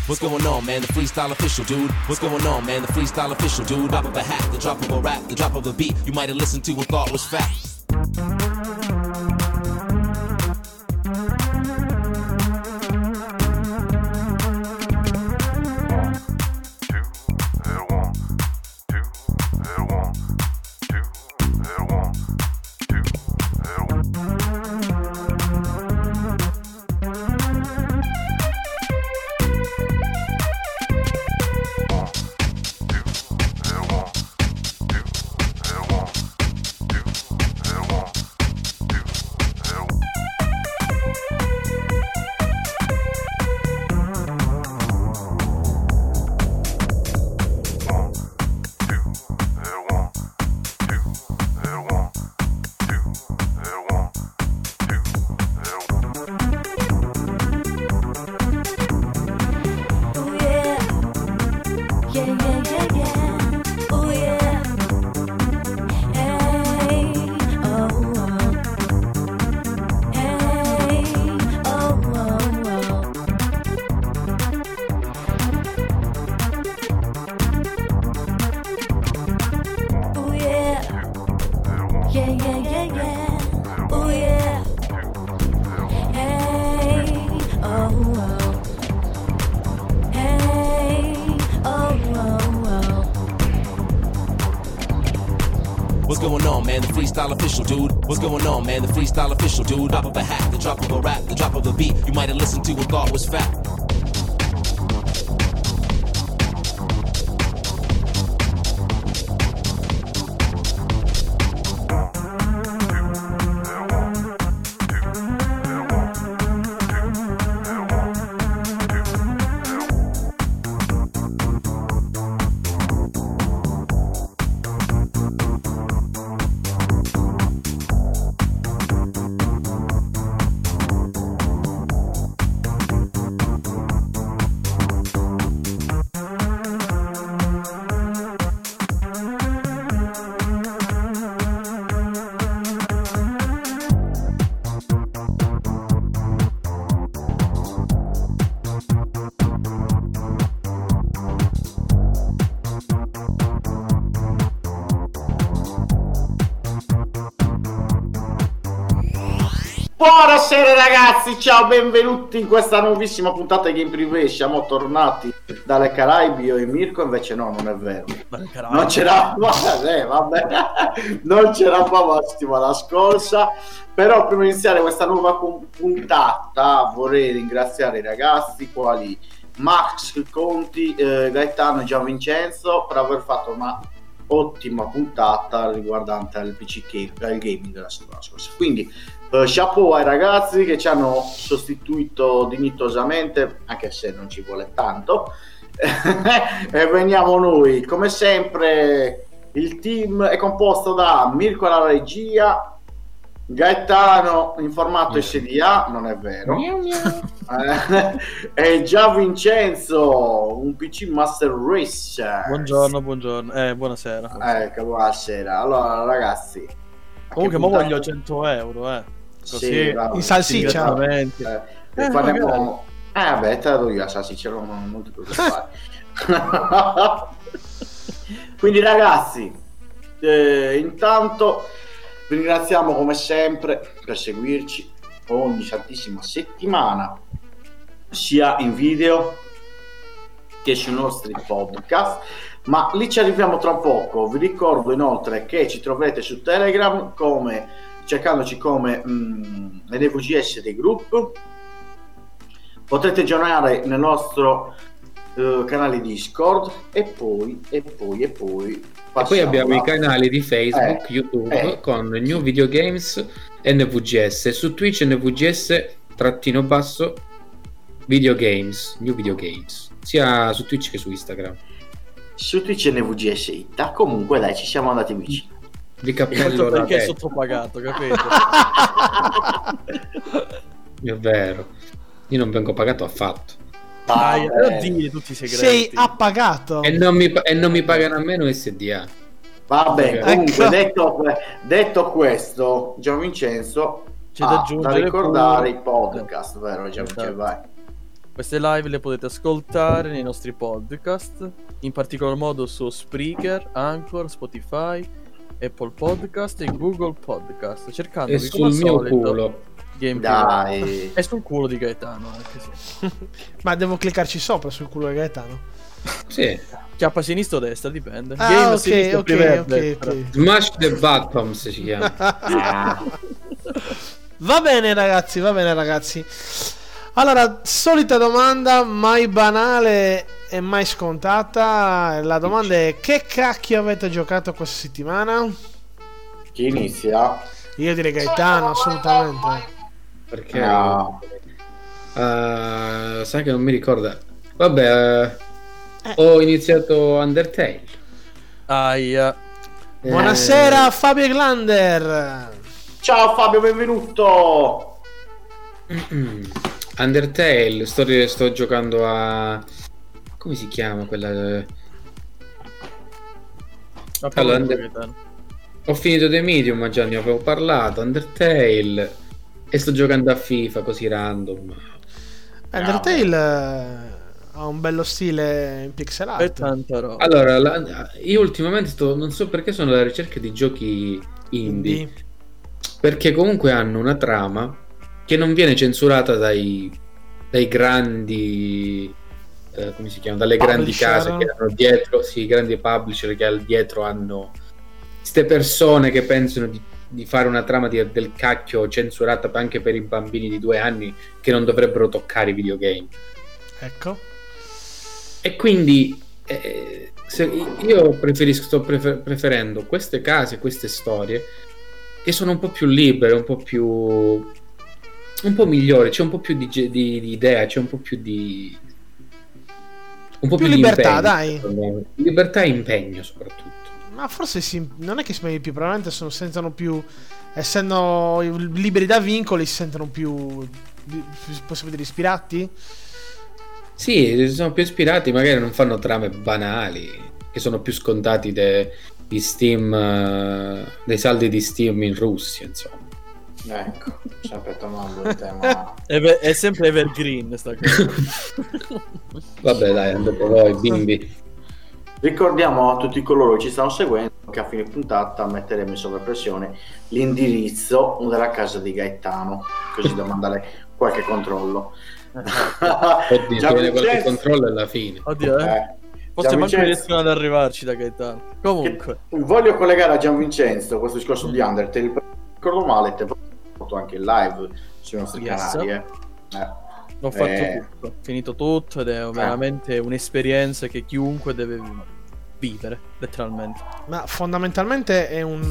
What's going on, man? The freestyle official, dude. What's going on, man? The freestyle official, dude. Drop of a hat, the drop of a rap, the drop of a beat you might have listened to and thought was fact. What's going on, man? The freestyle official, dude. What's going on, man? The freestyle official, dude. Drop of a hat, the drop of a rap, the drop of a beat you might have listened to and thought was fact. Buonasera ragazzi, ciao, benvenuti in questa nuovissima puntata di Game Privé. Siamo tornati dalle Caraibi, io e Mirko, invece no, non è vero. Non c'eravamo, vabbè, non c'eravamo la settimana scorsa. Però prima di iniziare questa nuova puntata vorrei ringraziare i ragazzi quali Max Conti, Gaetano e Gianvincenzo per aver fatto una ottima puntata riguardante il PC gaming della settimana scorsa. Quindi chapeau ai ragazzi che ci hanno sostituito dignitosamente, anche se non ci vuole tanto. E veniamo noi. Come sempre il team è composto da Mirko alla regia, Gaetano in formato SDA, non è vero, e Gianvincenzo un PC Master Race. Buongiorno, buonasera. Ecco, buonasera. Allora ragazzi, comunque mo voglio 100 euro, così, sì, in salsiccia. Faremo... vabbè, te la do io la salsiccia, non ti preoccupare. Quindi ragazzi, intanto vi ringraziamo come sempre per seguirci ogni santissima settimana, sia in video che sui nostri podcast, ma lì ci arriviamo tra poco. Vi ricordo inoltre che ci troverete su Telegram cercandoci come NVGS dei gruppi. Potrete giocare nel nostro canale Discord e poi abbiamo i canali di Facebook, YouTube con New Video Games NVGS, su Twitch NVGS_ Video Games, New Video Games, sia su Twitch che su Instagram. Su Twitch NVGS Ita. Comunque dai, ci siamo andati vicini. Di cappello perché è sottopagato, capito? È vero, io non vengo pagato affatto. Dai, dire tutti i segreti. Sei appagato e non mi pagano a meno SDA. Vabbè, comunque detto questo, Gianvincenzo c'è da aggiungere ricordare pure... i podcast, vero Gianvincenzo? Vai. Queste live le potete ascoltare nei nostri podcast, in particolar modo su Spreaker, Anchor, Spotify, Apple Podcast e Google Podcast, cercando E sul mio culo. Dai. E sul culo di Gaetano anche, sì. Ma devo cliccarci sopra sul culo di Gaetano? Sì. Chiappa sinistra o destra, dipende. Ah, Game ok, sinistra, ok, prima ok, destra. ok. Smash the Buttons si chiama. Va bene ragazzi. Allora, solita domanda, mai banale e mai scontata. La domanda è: che cacchio avete giocato questa settimana? Chi inizia? Io direi Gaetano, assolutamente. Perché No. sai che non mi ricorda. Vabbè, ho iniziato Undertale. Aia. Buonasera Fabio Glander. Ciao Fabio, benvenuto. Undertale, sto giocando a... come si chiama quella... Allora, ho finito The Medium, ma già ne avevo parlato. Undertale, e sto giocando a FIFA così random. Undertale ha un bello stile in pixel art. E tanta roba. Allora, io ultimamente non so perché sono alla ricerca di giochi indie, perché comunque hanno una trama che non viene censurata dai grandi come si chiama, dalle grandi case che hanno dietro, sì, i grandi publisher che al dietro hanno queste persone che pensano di fare una trama del cacchio censurata anche per i bambini di 2 anni che non dovrebbero toccare i videogame. Ecco. E quindi io sto preferendo queste case, queste storie che sono un po' più libere, un po' migliori, c'è un po' più di idea, c'è un po' più di libertà, impegno, dai. Libertà e impegno soprattutto. Ma forse non è che si meglio più, probabilmente si sentono più, essendo liberi da vincoli, si sentono più, possiamo dire, ispirati? Sì, sono più ispirati, magari non fanno trame banali, che sono più scontati di Steam, dei saldi di Steam in Russia, insomma. Ecco, sempre tornando il tema. È sempre evergreen sta cosa. Vabbè, dai, andate voi, bimbi. Ricordiamo a tutti coloro che ci stanno seguendo che a fine puntata metteremo in sovraimpressione l'indirizzo della casa di Gaetano, così da mandare qualche controllo. Oddio, viene qualche controllo alla fine. Oddio, forse manco riescono ad arrivarci da Gaetano. Comunque, voglio collegare a Gianvincenzo questo discorso di Undertale. Ricordo male, te ho fatto anche il live sui nostri canali. L'ho fatto tutto, finito tutto, ed è veramente un'esperienza che chiunque deve vivere, letteralmente. Ma fondamentalmente è un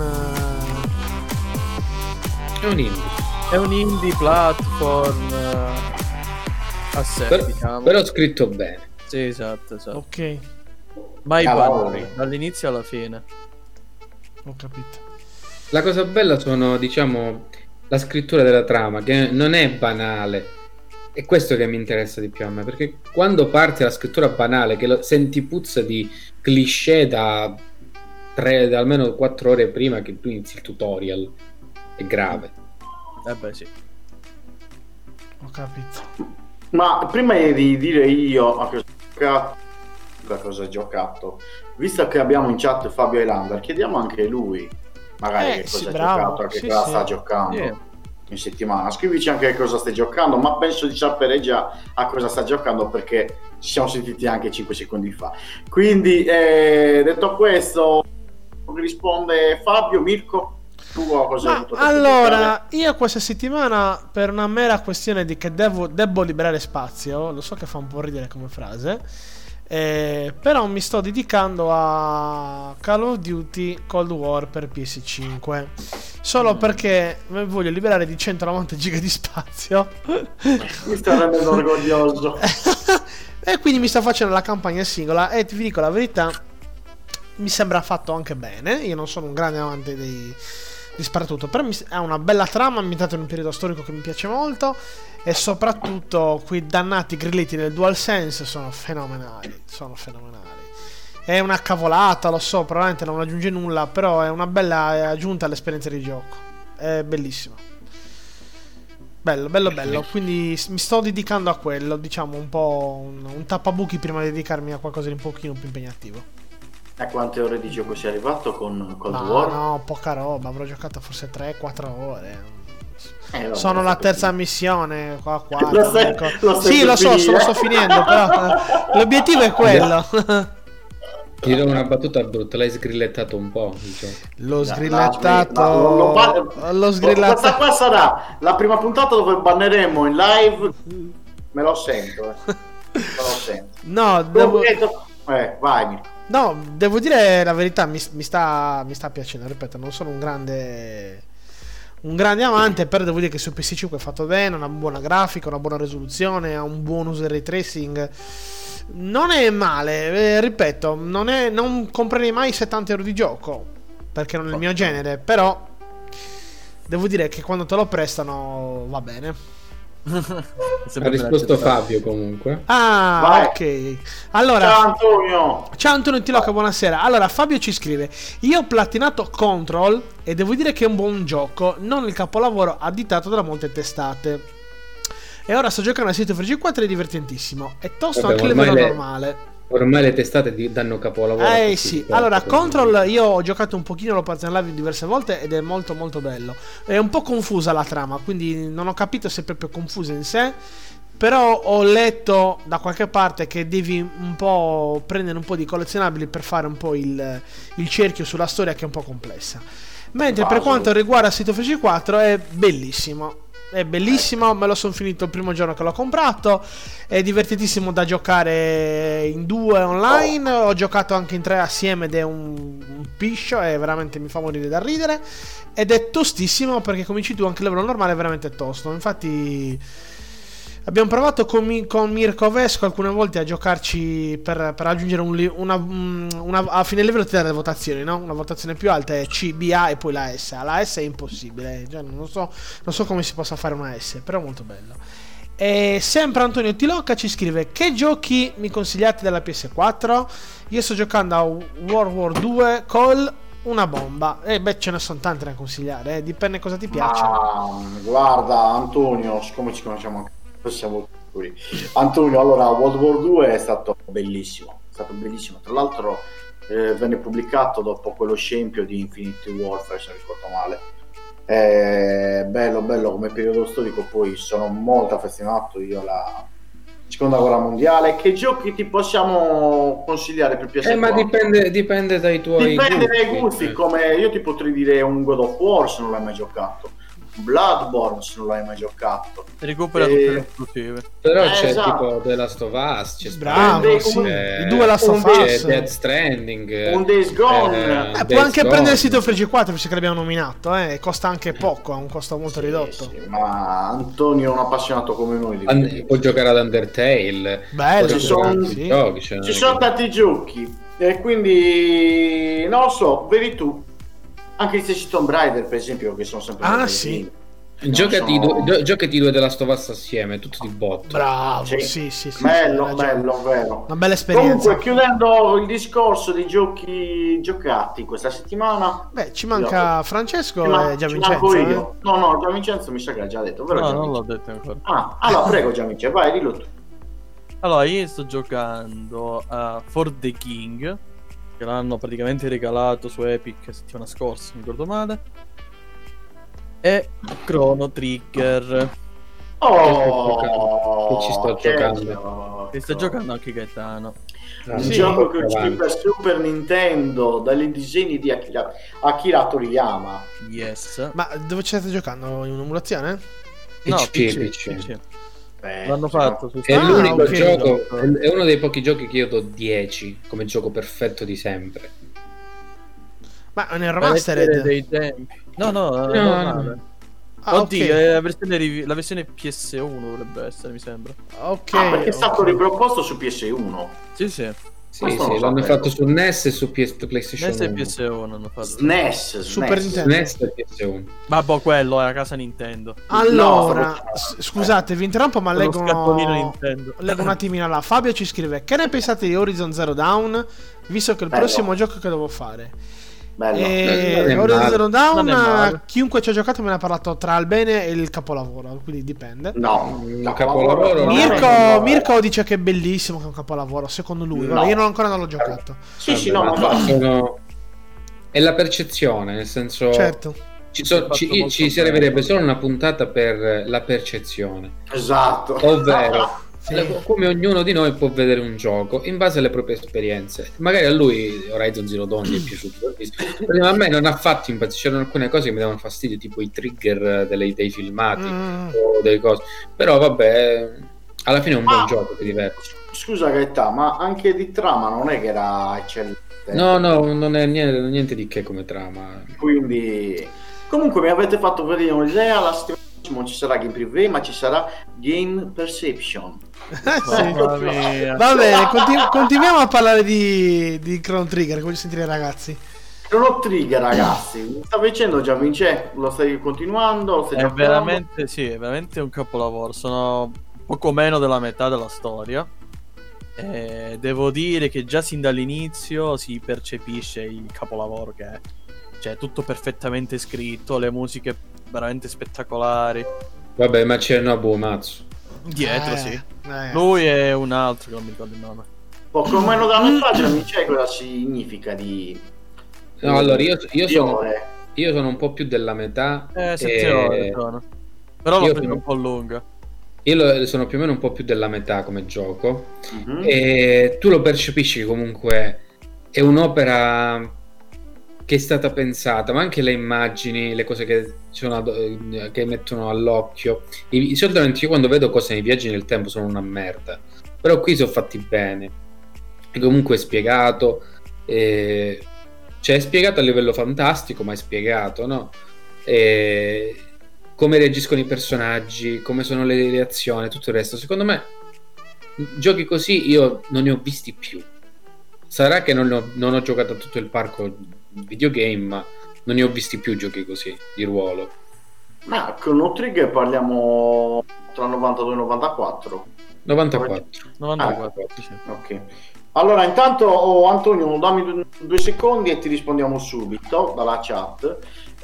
indie. È un indie platform a sé, diciamo. Però scritto bene. Sì, esatto. Ok. Mai banali, dall'inizio alla fine. Ho capito. La cosa bella sono, diciamo, la scrittura della trama, che non è banale. È questo che mi interessa di più a me, perché quando parte la scrittura banale, che senti puzza di cliché da almeno 4 ore prima che tu inizi il tutorial, è grave. Beh, sì. Ho capito. Ma prima di dire io a cosa ho giocato, visto che abbiamo in chat Fabio Highlander, chiediamo anche a lui magari che cosa ha giocato, che cosa sta giocando in settimana. Scrivici anche cosa stai giocando, ma penso di sapere già a cosa sta giocando perché ci siamo sentiti anche 5 secondi fa. Quindi detto questo, risponde Fabio. Mirko, tu cosa hai avuto? Allora, io questa settimana, per una mera questione di che devo liberare spazio, lo so che fa un po' ridere come frase, però mi sto dedicando a Call of Duty Cold War per PS5 solo perché voglio liberare di 190 giga di spazio. Mi sto rendendo orgoglioso. E quindi mi sto facendo la campagna singola e ti dico la verità, mi sembra fatto anche bene. Io non sono un grande amante di sparatutto, però ha una bella trama ambientata in un periodo storico che mi piace molto, e soprattutto quei dannati grilletti del DualSense sono fenomenali. È una cavolata, lo so, probabilmente non aggiunge nulla, però è una bella aggiunta all'esperienza di gioco. È bellissima. Bello. Quindi mi sto dedicando a quello, diciamo un po' un tappabuchi prima di dedicarmi a qualcosa di un pochino più impegnativo. A quante ore di gioco sei arrivato con Cold No, War? no, poca roba, avrò giocato forse 3-4 ore. No, Sono la terza missione, qua. Lo Sì, lo so, lo sto finendo, però l'obiettivo è quello. Ti do una battuta brutta, l'hai sgrillettato un po'. Diciamo. L'ho sgrillattato. L'ho sgrillattato. Questa qua sarà la prima puntata dove banneremo in live. Me lo sento. No, vai Mirko. No, devo dire la verità, mi sta piacendo, ripeto, non sono un grande amante, però devo dire che su PS5 è fatto bene, una buona grafica, una buona risoluzione, ha un buon user ray tracing. Non è male, ripeto, non comprerei mai 70 euro di gioco, perché non è il mio genere, però devo dire che quando te lo prestano va bene. Ha risposto Fabio comunque. Vai. Ok. Allora, ciao Antonio Tilocca, buonasera. Allora Fabio ci scrive: io ho platinato Control e devo dire che è un buon gioco, non il capolavoro additato da molte testate. E ora sto giocando a Street of Rage 4, è divertentissimo. È tosto anche il livello normale. Ormai le testate danno capolavoro. Sì. Allora, Control io ho giocato un pochino, l'ho fatto in live diverse volte ed è molto molto bello. È un po' confusa la trama, quindi non ho capito se è proprio confusa in sé. Però ho letto da qualche parte che devi un po' prendere un po' di collezionabili per fare un po' il cerchio sulla storia, che è un po' complessa. Mentre per quanto riguarda Street of Rage 4 è bellissimo. È bellissimo, me lo sono finito il primo giorno che l'ho comprato. È divertentissimo da giocare in 2 online. Ho giocato anche in 3 assieme ed è un piscio, e veramente mi fa morire da ridere. Ed è tostissimo, perché come dici tu anche il livello normale è veramente tosto. Infatti abbiamo provato con Mirko Vesco alcune volte a giocarci per raggiungere a fine livello ti dà le votazioni, no? Una votazione più alta è C, B, A e poi la S. La S è impossibile, cioè, non so come si possa fare una S, però è molto bello. E sempre Antonio Tilocca ci scrive: che giochi mi consigliate della PS4? Io sto giocando a World War 2 Call, una bomba. Ce ne sono tante da consigliare, dipende cosa ti piace. Guarda Antonio, siccome ci conosciamo anche siamo qui. Antonio, allora World War 2 è stato bellissimo, tra l'altro venne pubblicato dopo quello scempio di Infinity Warfare, se non ricordo male. Bello come periodo storico. Poi sono molto affezionato io alla seconda guerra mondiale. Che giochi ti possiamo consigliare per PS4? Ma dipende dai tuoi gusti. Come io ti potrei dire un God of War se non l'hai mai giocato, Bloodborne se non l'hai mai giocato, recupera tutte le esclusive. Però c'è tipo The Last of Us, c'è i 2 Last of Us, Dead Stranding, un Days Gone. Puoi anche prendere il sito Free 4, visto che l'abbiamo nominato, costa anche poco, ha un costo molto ridotto. Sì, ma Antonio è un appassionato come noi può giocare ad Undertale. Bello, ci sono tanti giochi, e quindi non lo so, vedi tu. Anche se Tomb Raider, per esempio, che sono sempre sì. Giocati due della Last of Us assieme, tutti di botto. Bravo, sì. Bello, vero. Una bella esperienza. Comunque, chiudendo il discorso dei giochi giocati questa settimana, ci manca Francesco e Gianvincenzo. Io. No, Gianvincenzo mi sa che l'ha già detto, vero? No, non l'ho detto ancora. Allora prego Gianvincenzo, vai, dillo tu. Allora, io sto giocando a For the King, che l'hanno praticamente regalato su Epic settimana scorsa, mi ricordo male. E Chrono Trigger. Che ci sto giocando. Che sta giocando anche Gaetano. Un gioco che uscì per Super Nintendo dai disegni di Akira Toriyama. Yes. Ma dove ci state giocando? In un'emulazione? No, PC. L'hanno fatto su è l'unico gioco, è uno dei pochi giochi che io do 10 come gioco perfetto di sempre. Ma è nel remastered dei tempi. No. Oddio, è la versione PS1 dovrebbe essere, mi sembra. Perché è stato riproposto su PS1. Sì. Sì, l'hanno fatto su NES e su PlayStation 1. NES e PS1 hanno fatto. SNES, Super Nintendo. SNES e PS1. Vabbè, quello è a casa Nintendo. Allora, scusate, vi interrompo, ma leggo Nintendo. Leggo un attimino là. Fabio ci scrive: che ne pensate di Horizon Zero Dawn? Visto che è il prossimo gioco che devo fare. bello. Horizon Zero Non è Dawn, male. chiunque ci ha giocato me ne ha parlato tra il bene e il capolavoro, quindi dipende. No, capolavoro no. Mirko dice che è bellissimo, che è un capolavoro, secondo lui. No. Vabbè, io non l'ho giocato. Sì, Vabbè, no, ma è la percezione, nel senso Certo. ci servirebbe solo una puntata per la percezione, esatto. ovvero come ognuno di noi può vedere un gioco in base alle proprie esperienze. Magari a lui Horizon Zero Dawn gli è piaciuto, a me non ha fatto impazzire, c'erano alcune cose che mi davano fastidio, tipo i trigger dei filmati o delle cose, però vabbè, alla fine è un buon gioco, ti diverti. Scusa Gaetà, ma anche di trama non è che era eccellente? No, non è niente di che come trama. Quindi comunque mi avete fatto vedere un'idea, la settimana prossima ci sarà Game Privé, ma ci sarà Game Perception. Mamma mia. Va bene, continuiamo a parlare di Chrono Trigger, voglio sentire i ragazzi. Chrono Trigger, ragazzi, mi sta dicendo già Vince, lo stai continuando? Lo stai È giocando? veramente, sì, è veramente un capolavoro. Sono poco meno della metà della storia. E devo dire che già sin dall'inizio si percepisce il capolavoro che è. Cioè, tutto perfettamente scritto, le musiche veramente spettacolari. Vabbè, ma c'è Nobuo Uematsu. Dietro, sì. Lui è un altro che non mi ricordo il nome. Poco meno da metà, già mi dice cosa significa di... No, allora io ore. sono un po' più della metà. 7 ore sono. Però l'ho io preso sono- un po' lunga. Io sono più o meno un po' più della metà come gioco. Mhm. E tu lo percepisci che comunque è un'opera che è stata pensata, ma anche le immagini, le cose che che mettono all'occhio. Solitamente io quando vedo cose nei viaggi nel tempo sono una merda, però qui sono fatti bene. E comunque è spiegato, cioè è spiegato a livello fantastico, ma è spiegato, no? Come reagiscono i personaggi, come sono le reazioni, tutto il resto. Secondo me giochi così io non ne ho visti più. Sarà che non ho giocato a tutto il parco videogame, ma non ne ho visti più giochi così di ruolo. Ma Chrono Trigger parliamo tra 92 e 94. 94. 94, sì. Ok. Allora, intanto Antonio, dammi due secondi e ti rispondiamo subito dalla chat.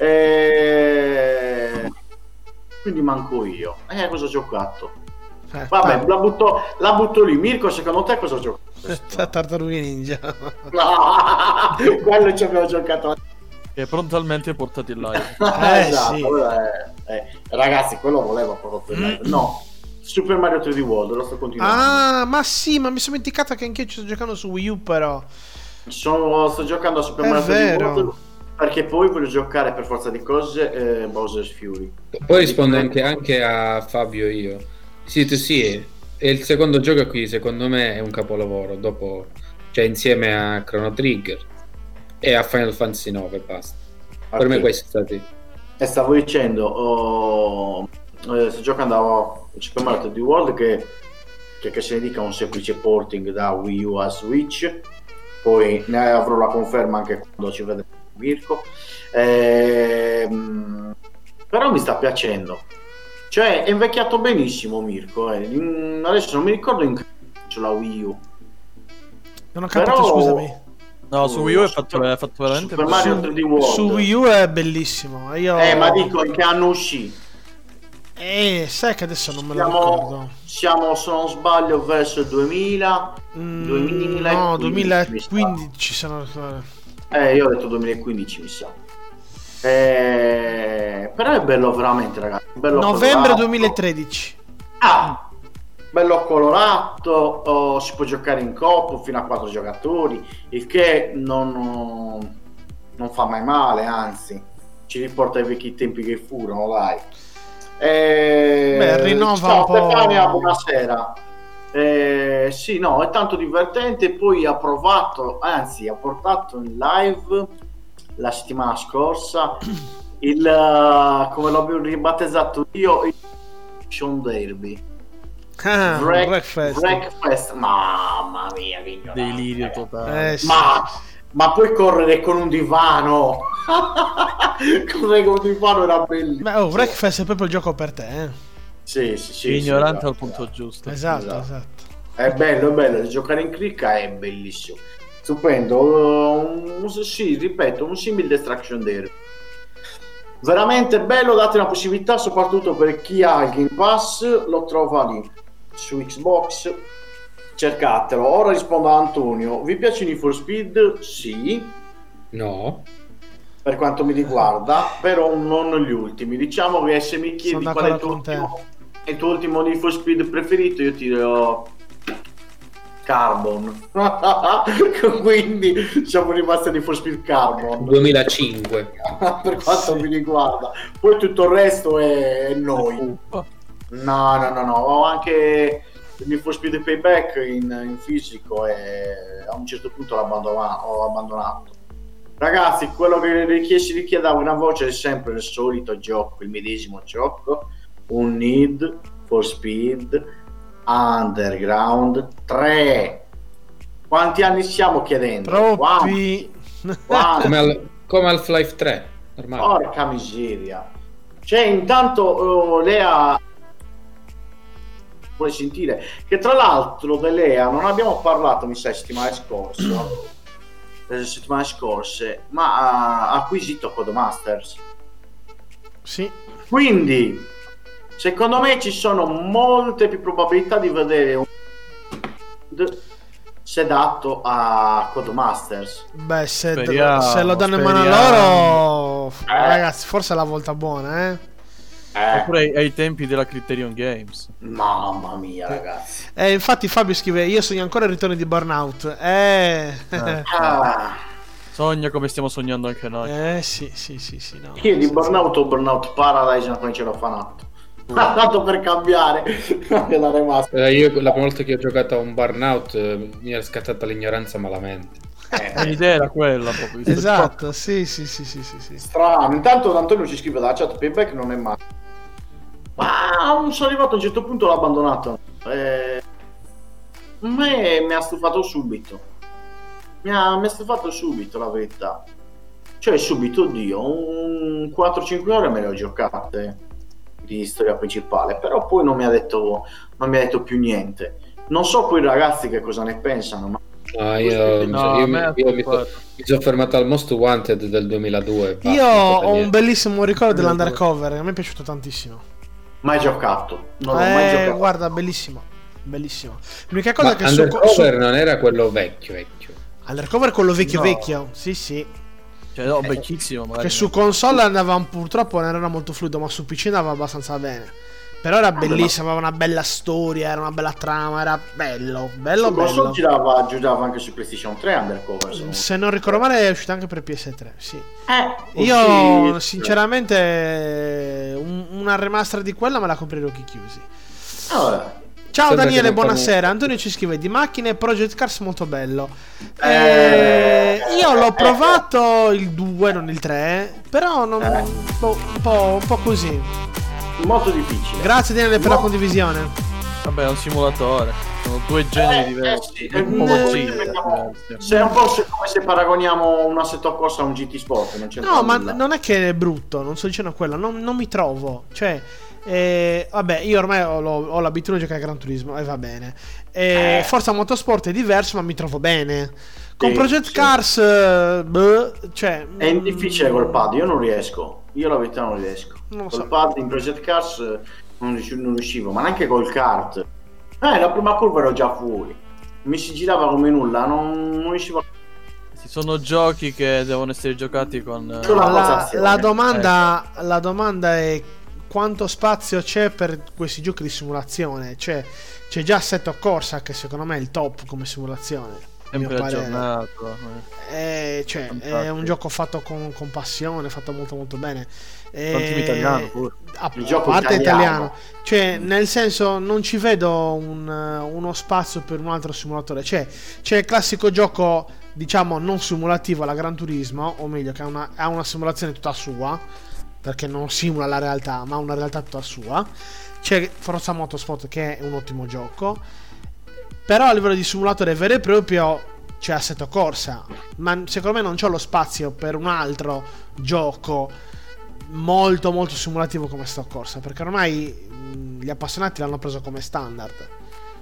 Quindi manco io. Cosa ho giocato? Vabbè, la butto lì. Mirko, secondo te cosa ho giocato? Tartarughe Ninja. No, quello ci abbiamo giocato. È prontamente portato in live. Esatto, sì. ragazzi, quello volevo portato in live. No, Super Mario 3D World, lo sto continuando. Ah, ma sì, ma mi sono dimenticato che anch'io ci sto giocando su Wii U, però. Sto giocando a Super È Mario 3D vero. World perché poi voglio giocare per forza di cose Bowser's Fury. Poi rispondo anche a Fabio io. Sì, e il secondo gioco qui secondo me è un capolavoro, dopo, cioè insieme a Chrono Trigger e a Final Fantasy 9 basta. Per me questi sono stati. E stavo dicendo, sto giocando a Super Mario 3D World che se ne dica un semplice porting da Wii U a Switch, poi ne avrò la conferma anche quando ci vedremo Mirko. Però mi sta piacendo, cioè è invecchiato benissimo Mirko. Adesso non mi ricordo in che c'è la Wii U. Non ho capito, Però- scusami. No, su Wii U è fatto veramente Super Mario 3D World. Su Wii U è bellissimo. Io... Ma dico in che anno uscì? sai che adesso non me lo ricordo. Siamo, se non sbaglio, verso il 2000. 2015, No, mi 2015 sono. Io ho detto 2015, mi sa. Però è bello veramente, ragazzi. Bello Novembre colorato. 2013. Bello colorato, si può giocare in coppia fino a 4 giocatori, il che non fa mai male, anzi ci riporta ai vecchi tempi che furono, dai. Rinnova ciao un po'. Stefania, buonasera. Sì, no, è tanto divertente. Poi ha portato in live la settimana scorsa come l'ho ribattezzato io, il Action Derby. Wreckfest. Mamma mia, che ignoranza. delirio totale. Sì. Ma puoi correre con un divano. Correre con un divano era bellissimo. Beh, Wreckfest è proprio il gioco per te, Sì, Ignorante esatto. al punto giusto. Esatto. È bello, giocare in cricca è bellissimo. stupendo. Sì, ripeto, un simile Destruction Derby. Veramente bello, date una possibilità, soprattutto per chi ha il Game Pass, lo trova lì su Xbox, cercatelo. Ora rispondo a Antonio: vi piace Need for Speed? Sì. No. Per quanto mi riguarda, però non gli ultimi. Diciamo che se mi chiedi qual è il tuo ultimo Need for Speed preferito, io ti dirò Carbon. Quindi siamo rimasti Need for Speed Carbon 2005 per quanto mi riguarda. Poi tutto il resto è noi. No, ho anche Need for Speed Payback in fisico e a un certo punto ho abbandonato. Ragazzi, quello che si richiede a una voce è sempre il solito gioco, il medesimo gioco, un Need for Speed Underground 3. Quanti anni stiamo chiedendo? Troppi. Come Half-Life 3 ormai. Porca miseria. Cioè, intanto Lea vuole sentire che, tra l'altro, dell'Ea non abbiamo parlato, mi sa, settimane scorse, ma ha acquisito Codemasters. Sì. Quindi secondo me ci sono molte più probabilità di vedere un sedato a Codemasters. Beh, se lo danno in mano a loro, ragazzi, forse è la volta buona, Oppure ai tempi della Criterion Games. Mamma mia, ragazzi. Infatti Fabio scrive: io sogno ancora il ritorno di Burnout. Sogna come stiamo sognando anche noi. Sì, no. Io di Burnout o Burnout Paradise non ce l'ho fatto. Tanto per cambiare. La rimasta. Io la prima volta che ho giocato a un Burnout mi è scattata l'ignoranza malamente. L'idea era quella proprio. Esatto, sì. Strano. Intanto Antonio ci scrive dalla chat: Payback non è male. Ma non sono arrivato a un certo punto, l'ho abbandonato. Mi ha stufato subito. Mi ha stufato subito, la verità. Cioè, subito, oddio, un 4-5 ore me le ho giocate di storia principale, però poi non mi ha detto più niente. Non so poi i ragazzi che cosa ne pensano, ma io mi sono fermato al Most Wanted del 2002. Io ho un bellissimo ricordo dell'Undercover, a me è piaciuto tantissimo. Mai giocato, non l'ho mai giocato. Guarda, bellissimo. L'unica cosa che Undercover non era quello vecchio. Undercover quello vecchio. Sì. Cioè, no, vecchissimo magari. Che su console andava, purtroppo non era molto fluido, ma su PC andava abbastanza bene. Però era bellissimo, aveva una bella storia, era una bella trama, era bello. Console girava anche su PlayStation 3 Undercover. Se non ricordo male è uscito anche per PS3, sì. Io sinceramente una remaster di quella me la comprerò occhi chiusi. Ciao Daniele, buonasera. Antonio ci scrive: di macchine Project Cars molto bello. Io l'ho provato il 2, non il 3, però non, un po' così. Molto difficile. Grazie Daniele per la condivisione. Vabbè, è un simulatore. Sono due generi diversi. È un po' come se paragoniamo un Assetto Corsa a un GT Sport. Ma non è che è brutto, non sto dicendo quello. Non mi trovo. Cioè, vabbè, io ormai ho l'abitudine a giocare a Gran Turismo e va bene. Forza Motorsport è diverso, ma mi trovo bene. Con Project Cars, cioè, è difficile col pad. Io non riesco. Io la verità non riesco. Col pad in Project Cars non riuscivo, ma neanche col kart. La prima curva ero già fuori. Mi si girava come nulla, non riuscivo. Ci sono giochi che devono essere giocati con la domanda è: quanto spazio c'è per questi giochi di simulazione? Cioè, c'è già Assetto Corsa, che secondo me è il top come simulazione. Sempre aggiornato. Cioè, è un gioco fatto con passione, fatto molto molto bene. Team italiano pure. A parte italiano. Cioè, nel senso, non ci vedo uno spazio per un altro simulatore. C'è il classico gioco, diciamo, non simulativo alla Gran Turismo, o meglio, che ha una simulazione tutta sua, perché non simula la realtà, ma ha una realtà tutta sua. C'è Forza Motorsport, che è un ottimo gioco, però a livello di simulatore vero e proprio c'è Assetto Corsa, ma secondo me non c'ho lo spazio per un altro gioco molto molto simulativo come Assetto Corsa, perché ormai gli appassionati l'hanno preso come standard.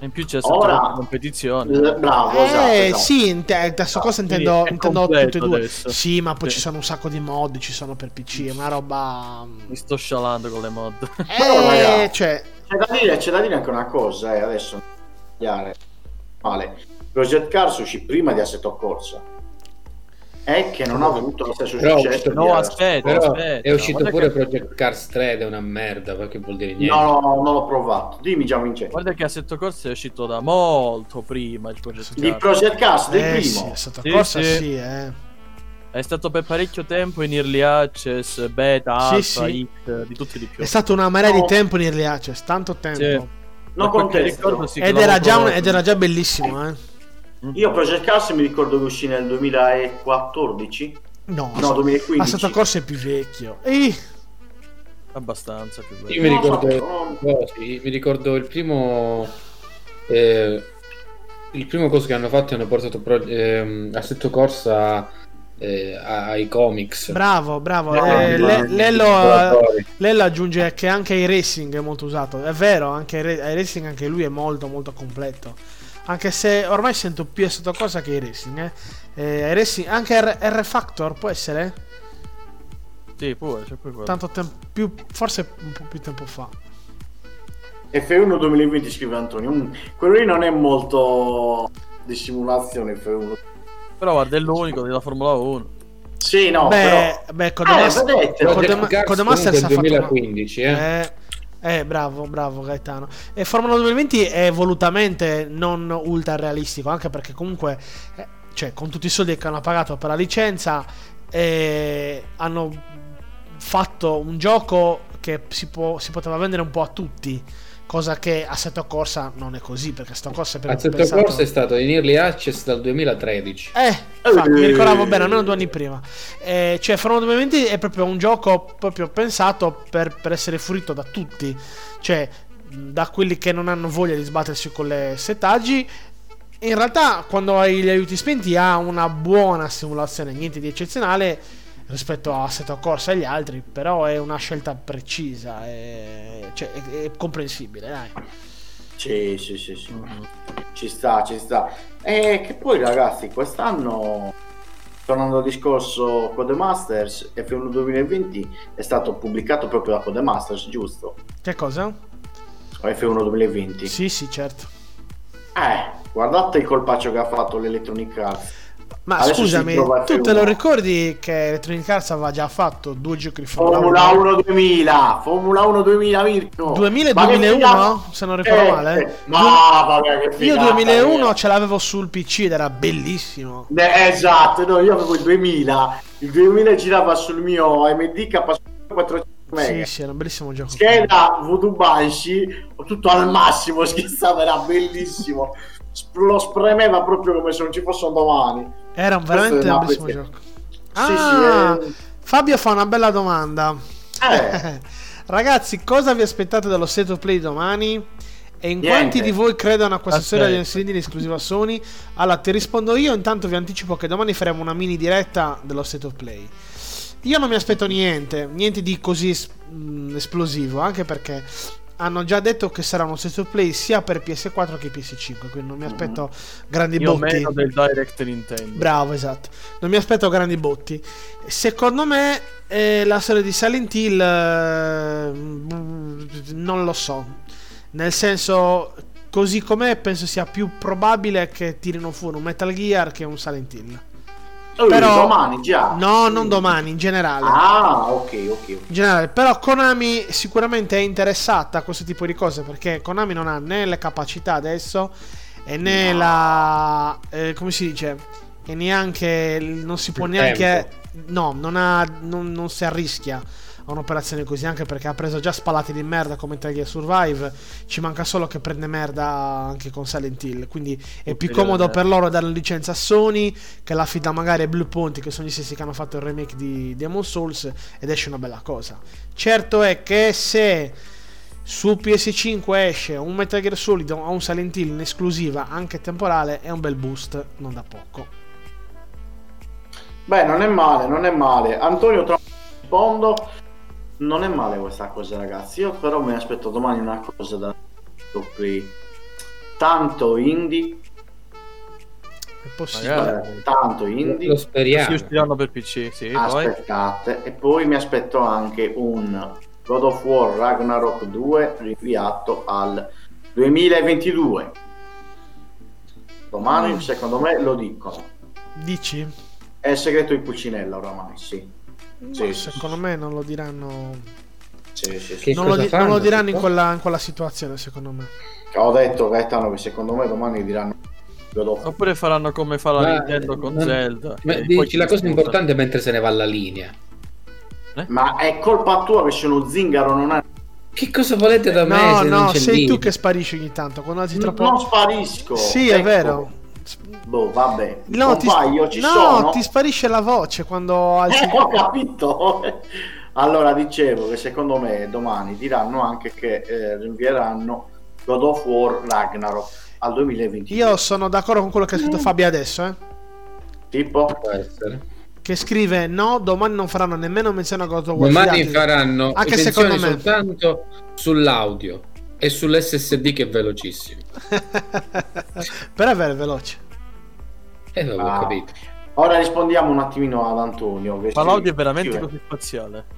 In più c'è Ora, la competizione. Bravo, esatto. Sì, adesso cosa intendo tutte e due. Adesso. Sì, ma poi ci sono un sacco di mod, ci sono per PC, è una roba. Mi sto scialando con le mod. ragazzi, Cioè, c'è da dire anche una cosa, adesso male. Project Cars uscì prima di Assetto Corsa. È che non ha avuto lo stesso successo. No, aspetta, è uscito pure Project Cars 3 ed è una merda, perché vuol dire niente. No, non l'ho provato. Dimmi già, Vincenzo. Guarda che Assetto Corsa è uscito da molto prima il Project Di Cars. Project Cars del primo. Sì, Assetto Corsa sì. È stato per parecchio tempo in Early Access, Beta, Alpha, X, di tutti di più. È stato una marea di tempo in Early Access, tanto tempo. Sì. Non contesto. Ed era già bellissimo, Io Project Cars mi ricordo che uscì nel 2014. No, 2015. Assetto Corsa è più vecchio. Abbastanza più bello. Io mi ricordo il primo coso che hanno fatto, hanno portato Assetto Corsa ai comics. Bravo. Lello aggiunge che anche i racing è molto usato. È vero, anche i racing anche lui è molto molto completo. Anche se ormai sento più Assetto Corsa che i racing, i racing, anche R Factor può essere? Sì, pure, c'è pure quello. Tanto tempo forse un po' più tempo fa. F1 2020 scrive Antonio. Quello lì non è molto di simulazione F1. Però guarda, è l'unico della Formula 1. Sì, no, beh, Codemasters ha fatto 2015, bravo Gaetano. E Formula 2020 è volutamente non ultra realistico, anche perché comunque cioè con tutti i soldi che hanno pagato per la licenza hanno fatto un gioco che si poteva vendere un po' a tutti, cosa che Assetto Corsa non è così, perché Assetto Corsa Corsa è stato in Early Access dal 2013. Infatti, mi ricordavo bene, almeno 2 anni prima. Cioè Formula 2020 è proprio un gioco proprio pensato per essere fruito da tutti, cioè da quelli che non hanno voglia di sbattersi con le settaggi. In realtà quando hai gli aiuti spenti ha una buona simulazione, niente di eccezionale rispetto a Assetto Corsa e agli altri, però è una scelta precisa, è comprensibile, dai. Sì. Ci sta. Che poi ragazzi, quest'anno, tornando al discorso Codemasters, F1 2020 è stato pubblicato proprio da Codemasters, giusto? Che cosa? F1 2020. Sì, certo. Guardate il colpaccio che ha fatto l'Electronic Arts. Ma adesso scusami, tu te lo ricordi che Electronic Arts aveva già fatto 2 giochi di Formula 1 2000? Formula 1 2000, Mirko. 2000 e 2001, se non ricordo male. Vabbè, che io 2001 ce l'avevo sul PC ed era bellissimo. Esatto, no, io avevo il 2000. Il 2000 girava sul mio AMD K400 mega. Sì, era un bellissimo gioco. Scheda Voodoo Banshee, tutto al massimo, schizzava, era bellissimo. Lo spremeva proprio come se non ci fosse un domani. Era veramente un bellissimo gioco. Sì, Fabio fa una bella domanda. Ragazzi, cosa vi aspettate dallo State of Play domani? E in quanti di voi credono a questa storia di Silent Hill esclusiva Sony? Allora, ti rispondo io. Intanto vi anticipo che domani faremo una mini diretta dello State of Play. Io non mi aspetto niente di così esplosivo, anche perché hanno già detto che sarà uno State of Play sia per PS4 che PS5, quindi non mi aspetto grandi botti. Meno del Direct Nintendo. Bravo, esatto. Non mi aspetto grandi botti. Secondo me la storia di Silent Hill non lo so. Nel senso, così com'è, penso sia più probabile che tirino fuori un Metal Gear che un Silent Hill. Però domani già. No, non domani, in generale. Ok. In generale, però Konami sicuramente è interessata a questo tipo di cose, perché Konami non ha né le capacità adesso e né la come si dice, e neanche non si può neanche non si arrischia a un'operazione così, anche perché ha preso già spallate di merda come Metal Gear Survive. Ci manca solo che prende merda anche con Silent Hill, quindi è più comodo per loro dare la licenza a Sony, che la affida magari a Blue Point, che sono gli stessi che hanno fatto il remake di Demon's Souls, ed esce una bella cosa. Certo è che se su PS5 esce un Metal Gear Solid o un Silent Hill in esclusiva anche temporale, è un bel boost, non da poco. Beh, non è male. Antonio, rispondo. Non è male questa cosa, ragazzi. Io però mi aspetto domani una cosa da Play. tanto indie. È possibile. Tanto indie. Lo speriamo. Si usciranno per PC, sì. Aspettate, e poi mi aspetto anche un God of War Ragnarok 2 rinviato al 2022. Domani, secondo me, lo dicono. Dici? È il segreto di Pulcinella oramai, sì. Sì, secondo me non lo diranno. Sì. Non lo diranno in quella situazione, secondo me. Ho detto Gaetano che secondo me domani diranno God of War. Oppure faranno come fa la Nintendo con Zelda. Ma dici la cosa importante mentre se ne va la linea. Ma è colpa tua che sono zingaro, non è. Che cosa volete da me? Se non c'è sei linea? tu che sparisci ogni tanto. Quando alzi troppo... Non sparisco. Sì, è vero. Boh, vabbè. No, sono. ti sparisce la voce quando alzi. Ho capito. Allora dicevo che secondo me domani diranno anche che rinvieranno God of War Ragnarok al 2022. Io sono d'accordo con quello che ha scritto Fabio adesso, Tipo? Può essere. Che scrive no, domani non faranno nemmeno menzione a God of War. Domani faranno anche attenzione secondo me soltanto sull'audio e sull'SSD che è velocissimo. per avere veloce. Ho capito. Ora rispondiamo un attimino ad Antonio. Ma l'audio è veramente così spaziale?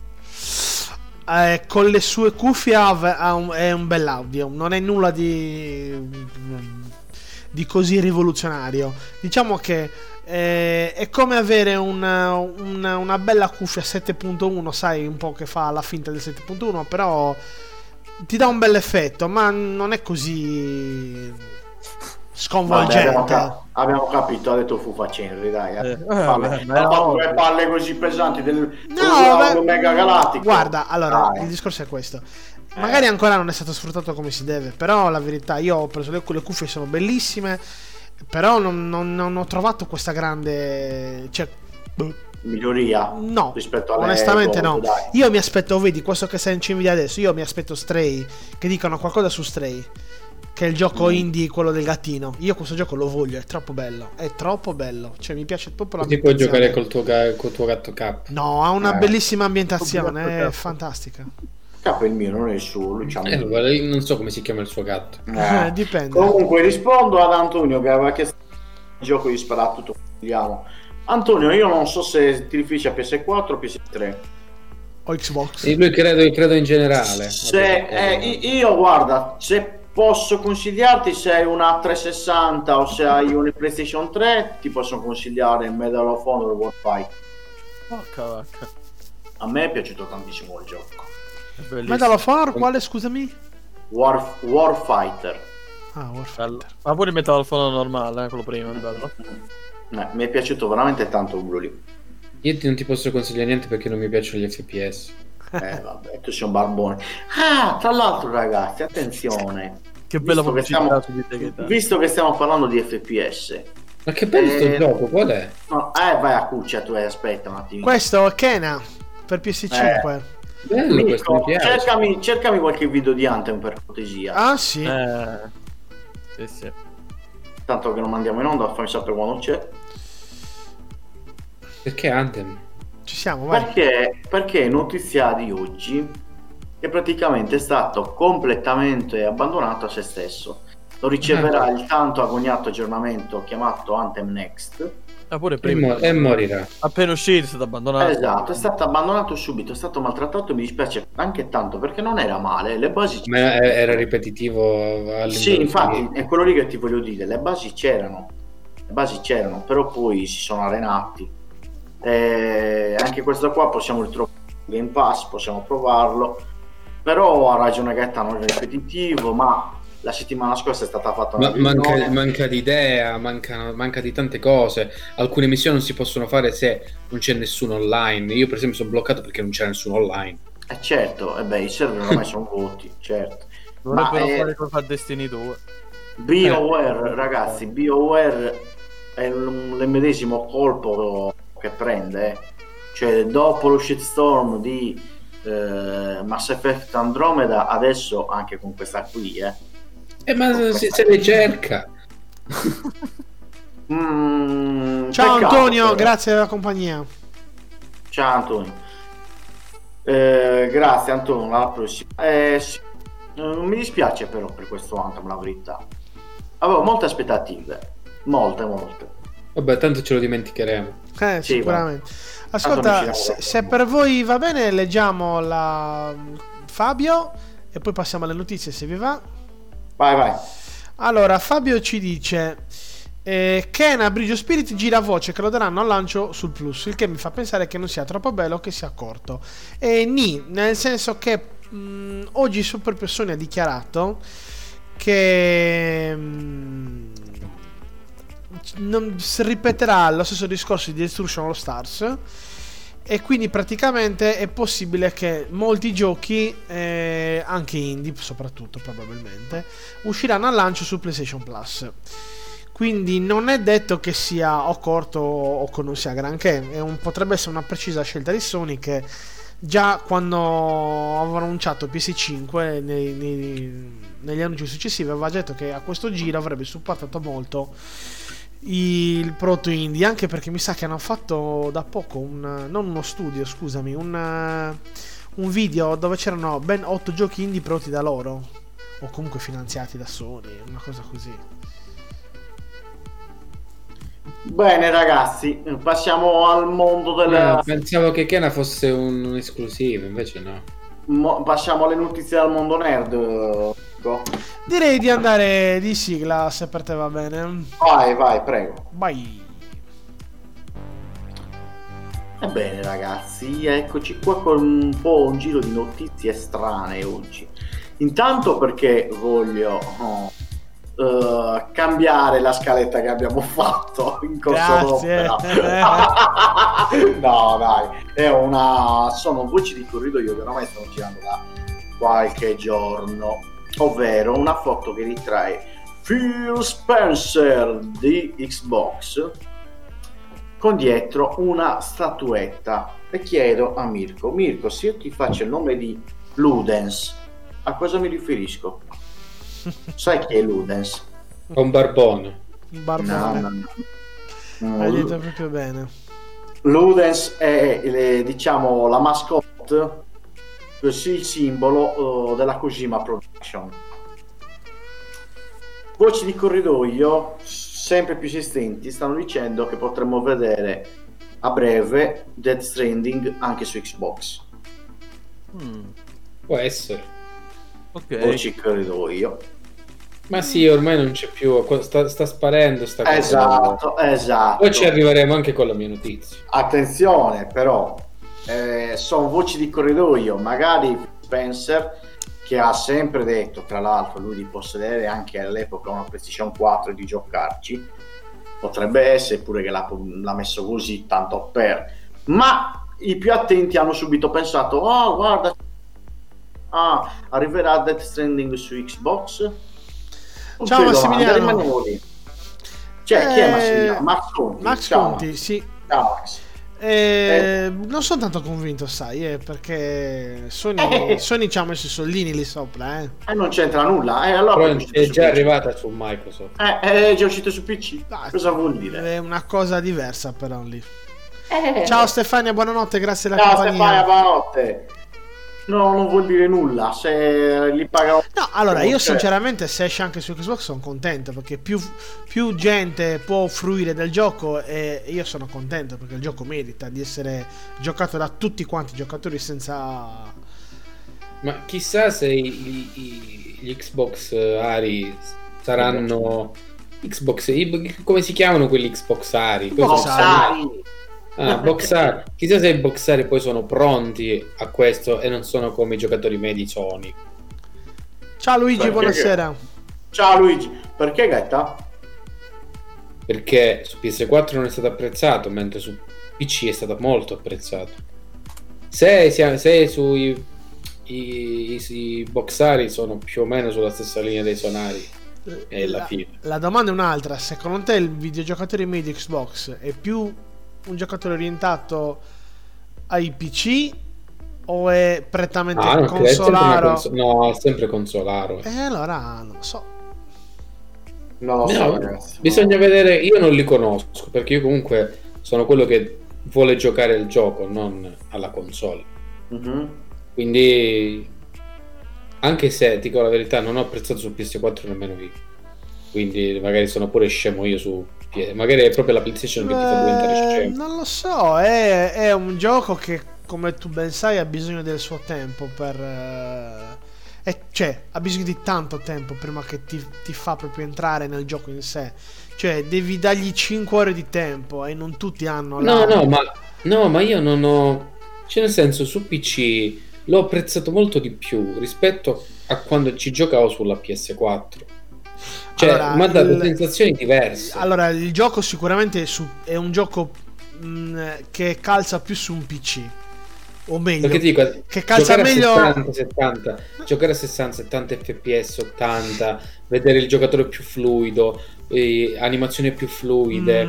Con le sue cuffie è un bell'audio, non è nulla di così rivoluzionario. Diciamo che è come avere una bella cuffia 7.1, sai, un po' che fa la finta del 7.1, però ti dà un bel effetto, ma non è così sconvolgente. Abbiamo capito, ha detto Fufacenri, dai. Vabbè, palle così pesanti Mega galattico. Guarda, allora, il discorso è questo. Magari ancora non è stato sfruttato come si deve, però la verità, io ho preso le cuffie, sono bellissime, però non ho trovato questa grande miglioria, no, rispetto alle onestamente Gold, no. dai. Io mi aspetto, vedi, questo che sta in Nvidia adesso, io mi aspetto Stray, che dicano qualcosa su Stray, che è il gioco indie, quello del gattino. Io questo gioco lo voglio, è troppo bello, cioè mi piace proprio Ti puoi giocare col tuo gatto K. No, ha una bellissima ambientazione, è fantastica. Capo il mio, non è il suo, lui c'ha io non so come si chiama il suo gatto. Dipende. Comunque rispondo ad Antonio che aveva chiesto il gioco di Sparatutto. Vediamo. Antonio, io non so se ti riferisci a PS4 o PS3 o Xbox. Sì, lui credo in generale. Io guarda, se posso consigliarti, se hai una 360 o se hai una PlayStation 3, ti posso consigliare Medal of Honor Warfighter. A me è piaciuto tantissimo il gioco. Medal of Honor, quale, scusami? Warfighter. Warfighter. Ma pure il Metal of Honor normale, quello prima, è bello. Mi è piaciuto veramente tanto quello lì. Io non ti posso consigliare niente perché non mi piacciono gli FPS. Vabbè, tu sei un barbone. Tra l'altro ragazzi, attenzione, che bella pubblicità visto che stiamo parlando di FPS. Ma che bello sto gioco, qual è? No, vai a cuccia, tu aspetta un attimo. Questo è Kena per PS5. Bello, Mirko, questo mi piace. cercami qualche video di Anthem per cortesia. Ah sì. Sì. Tanto che non mandiamo in onda, fammi sapere quando c'è. Perché Anthem? Ci siamo, vai. Perché è notizia di oggi che praticamente è stato completamente abbandonato a se stesso. Lo riceverà il tanto agognato aggiornamento chiamato Anthem Next. Pure prima E morirà. Appena uscito è stato abbandonato. Esatto, è stato abbandonato subito, è stato maltrattato. Mi dispiace anche tanto perché non era male. Le basi ma era ripetitivo. Sì, infatti è quello lì che ti voglio dire. Le basi c'erano, però poi si sono arenati. Anche questo qua possiamo ritrovare Game Pass, possiamo provarlo. Però ha ragione Gaetano, non è ripetitivo, ma la settimana scorsa è stata fatta una manca di idea, manca di tante cose. Alcune missioni non si possono fare se non c'è nessuno online. Io per esempio sono bloccato perché non c'era nessuno online. Certo, i server ormai sono vuoti, certo. Dovrebbero fare come fa Destiny 2. BioWare, ragazzi, BioWare è l'ennesimo colpo che prende, cioè dopo lo shitstorm di Mass Effect Andromeda, adesso anche con questa qui ma se le cerca. Ciao Antonio, però. Grazie della compagnia. Ciao Antonio, grazie Antonio, alla prossima. Mi dispiace però per questo Anthem, la verità. avevo molte aspettative, molte. Vabbè, tanto ce lo dimenticheremo. Sì, Sicuramente. Ascolta, se per voi va bene, leggiamo la Fabio e poi passiamo alle notizie, se vi va. Vai. Allora, Fabio ci dice: Kena Bridge of Spirit gira voce che lo daranno al lancio sul Plus, il che mi fa pensare che non sia troppo bello o che sia corto. Nel senso che oggi Super Persone ha dichiarato che non si ripeterà lo stesso discorso di Destruction All Stars, e quindi praticamente è possibile che molti giochi, anche indie soprattutto probabilmente, usciranno al lancio su PlayStation Plus. Quindi non è detto che sia o corto o che non sia granché, potrebbe essere una precisa scelta di Sony, che già quando avevano annunciato PS5 negli annunci successivi aveva detto che a questo giro avrebbe supportato molto il prodotto indie, anche perché mi sa che hanno fatto da poco non uno studio, scusami, un video dove c'erano ben 8 giochi indie prodotti da loro o comunque finanziati da Sony, una cosa così. Bene ragazzi, passiamo al mondo della... Pensavo che Kena fosse un esclusivo, invece no. Passiamo alle notizie dal mondo nerd. Direi di andare di sigla, se per te va bene. Vai, prego. Vai. Ebbene ragazzi, eccoci qua con un po' un giro di notizie strane oggi. Intanto perché voglio cambiare la scaletta che abbiamo fatto in corso d'opera. No dai, sono voci di corridoio che ormai stanno girando da qualche giorno, ovvero una foto che ritrae Phil Spencer di Xbox con dietro una statuetta, e chiedo a Mirko, se io ti faccio il nome di Ludens, a cosa mi riferisco? Sai chi è Ludens? È un barbone. No. Hai detto proprio bene. Ludens è diciamo la mascotte, così il simbolo della Kojima Production. Voci di corridoio sempre più esistenti stanno dicendo che potremmo vedere a breve Death Stranding anche su Xbox. Può essere. Ok. Voci di corridoio. Ma sì, ormai non c'è più, sta sparendo sta cosa. Esatto. Poi ci arriveremo anche con la mia notizia. Attenzione però, sono voci di corridoio, magari Spencer, che ha sempre detto tra l'altro lui di possedere anche all'epoca una PlayStation 4 e di giocarci, potrebbe essere pure che l'ha messo così tanto per, ma i più attenti hanno subito pensato guarda, arriverà Death Stranding su Xbox. Ciao Massimiliano. Chi è Massimiliano? Max Conti, sì. Ciao Max. Non sono tanto convinto, sai, perché Sony ci ha messo i soldini lì sopra, non c'entra nulla. Allora però è già arrivata su Microsoft. È già uscito su PC. Cosa vuol dire? È una cosa diversa però lì. Ciao Stefania, buonanotte, grazie della Ciao compagnia. Stefania, buonanotte. No, non vuol dire nulla. Se li pagano. No, allora io sinceramente se esce anche su Xbox sono contento, perché più gente può fruire del gioco e io sono contento, perché il gioco merita di essere giocato da tutti quanti i giocatori senza... Ma chissà se gli Xbox Ari saranno Xbox, come si chiamano quelli Xbox Ari? Boxar. Chissà se i Boxari poi sono pronti a questo e non sono come i giocatori medi Sony. Ciao Luigi, buonasera. Ciao Luigi, perché Gaeta? Perché su PS4 non è stato apprezzato, mentre su PC è stato molto apprezzato. Se sui i Boxari sono più o meno sulla stessa linea dei Sonari, è la fine. La domanda è un'altra: secondo te il videogiocatore medio Xbox è più un giocatore orientato ai PC o è prettamente consolaro? No, è sempre consolaro. Allora non lo so. Non lo so, ragazzi. Bisogna vedere, io non li conosco, perché io comunque sono quello che vuole giocare il gioco, non alla console. Quindi, anche se, dico la verità, non ho apprezzato su PS4 nemmeno io. quindi magari sono pure scemo io su magari è proprio la PlayStation che ti fa diventare scemo. Non lo so, è un gioco che, come tu ben sai, ha bisogno del suo tempo cioè ha bisogno di tanto tempo prima che ti fa proprio entrare nel gioco in sé. Cioè devi dargli 5 ore di tempo e non tutti hanno ma io non ho, cioè nel senso, su PC l'ho apprezzato molto di più rispetto a quando ci giocavo sulla PS4. Cioè Allora, mi ha dato sensazioni diverse. Allora, il gioco sicuramente è un gioco che calza più su un PC. O meglio, perché ti dico, che calza meglio 70, giocare a 60-70 fps, 80, vedere il giocatore più fluido, animazioni più fluide,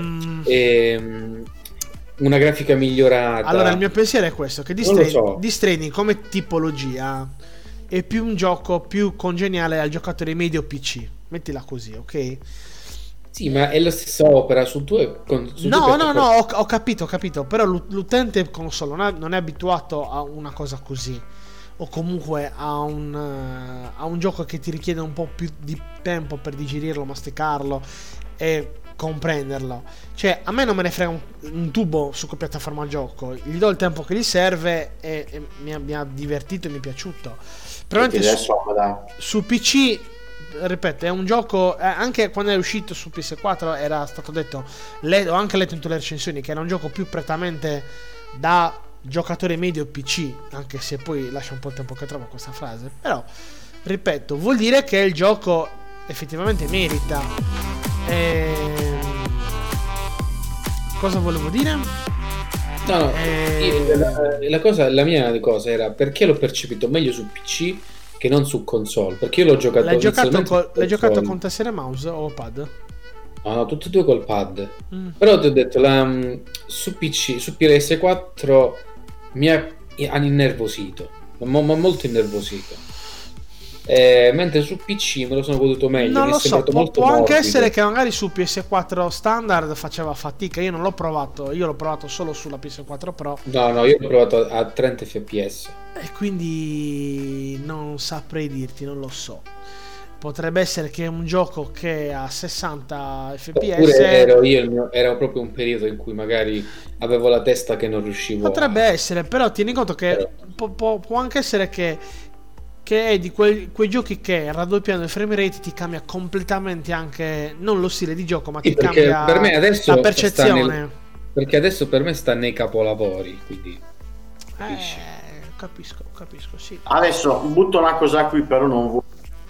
una grafica migliorata. Allora il mio pensiero è questo, che Death Stranding come tipologia è più un gioco più congeniale al giocatore medio PC, mettila così, ok? Sì, ma è la stessa opera su due no, ho capito, però l'utente console non è abituato a una cosa così, o comunque a un gioco che ti richiede un po' più di tempo per digerirlo, masticarlo e comprenderlo. Cioè, a me non me ne frega un tubo su che piattaforma gioco, gli do il tempo che gli serve e mi ha divertito e mi è piaciuto. Probabilmente su PC, ripeto, è un gioco, anche quando è uscito su PS4 era stato detto, ho anche letto in tutte le recensioni, che era un gioco più prettamente da giocatore medio PC, anche se poi lascia un po' il tempo che trova questa frase, però ripeto, vuol dire che il gioco effettivamente merita. Cosa volevo dire? No, la mia cosa era perché l'ho percepito meglio su PC che non su console, perché io l'ho giocato. L'hai giocato con tastiera e mouse o pad? No, tutti e due col pad. Però ti ho detto, su PC, su PS4 mi ha innervosito, molto innervosito. Mentre su PC me lo sono goduto meglio. Non mi lo è sembrato so, molto può anche morbido. essere che magari su PS4 standard faceva fatica. Io non l'ho provato, io l'ho provato solo sulla PS4 Pro. No, io l'ho provato a 30 fps. E quindi non saprei dirti, non lo so. Potrebbe essere che è un gioco che a 60 fps. Oppure era proprio un periodo in cui magari avevo la testa che non riuscivo. Potrebbe essere, però tieni conto che può anche essere che è di quei giochi che raddoppiando il frame rate ti cambia completamente anche non lo stile di gioco, ma ti cambia per me adesso la percezione. Perché adesso per me sta nei capolavori, quindi capisco, sì. Adesso butto una cosa qui, però non vuoi.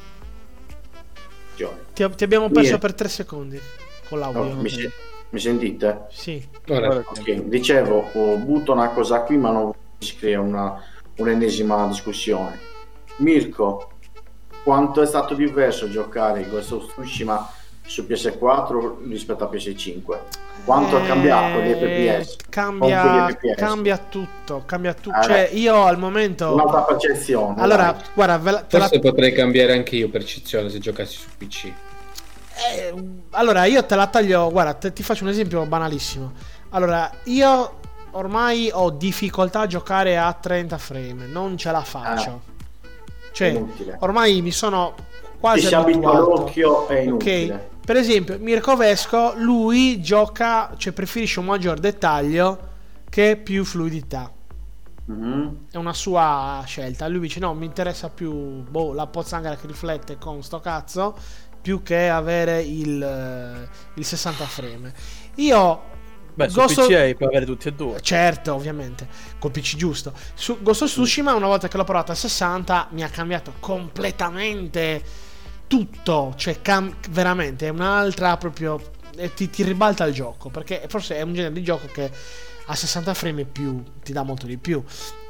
Ti abbiamo perso per 3 secondi con l'audio. No, mi sentite? Sì. Ok, dicevo, butto una cosa qui, ma non voglio si crea un'ennesima discussione. Mirko, quanto è stato diverso giocare Ghost of Tsushima su PS4 rispetto a PS5? Quanto ha cambiato gli FPS? Cambia tutto. Cioè io al momento un'altra percezione. Allora, guarda, forse potrei cambiare anche io percezione se giocassi su PC. Allora io te la taglio, guarda, ti faccio un esempio banalissimo. Allora, io ormai ho difficoltà a giocare a 30 frame, non ce la faccio. Cioè, ormai mi sono quasi abituato. L'occhio è inutile. Ok, per esempio Mirko Vesco, lui gioca, cioè preferisce un maggior dettaglio che più fluidità. È una sua scelta. Lui dice no, mi interessa più la pozzanghera che riflette con sto cazzo più che avere il 60 frame. Io su PC puoi avere tutti e due. Certo, ovviamente, col PC giusto. Su Ghost of Tsushima, una volta che l'ho provato a 60, mi ha cambiato completamente tutto. Cioè, veramente, è un'altra proprio. Ti ribalta il gioco. Perché forse è un genere di gioco che a 60 frame ti dà molto di più.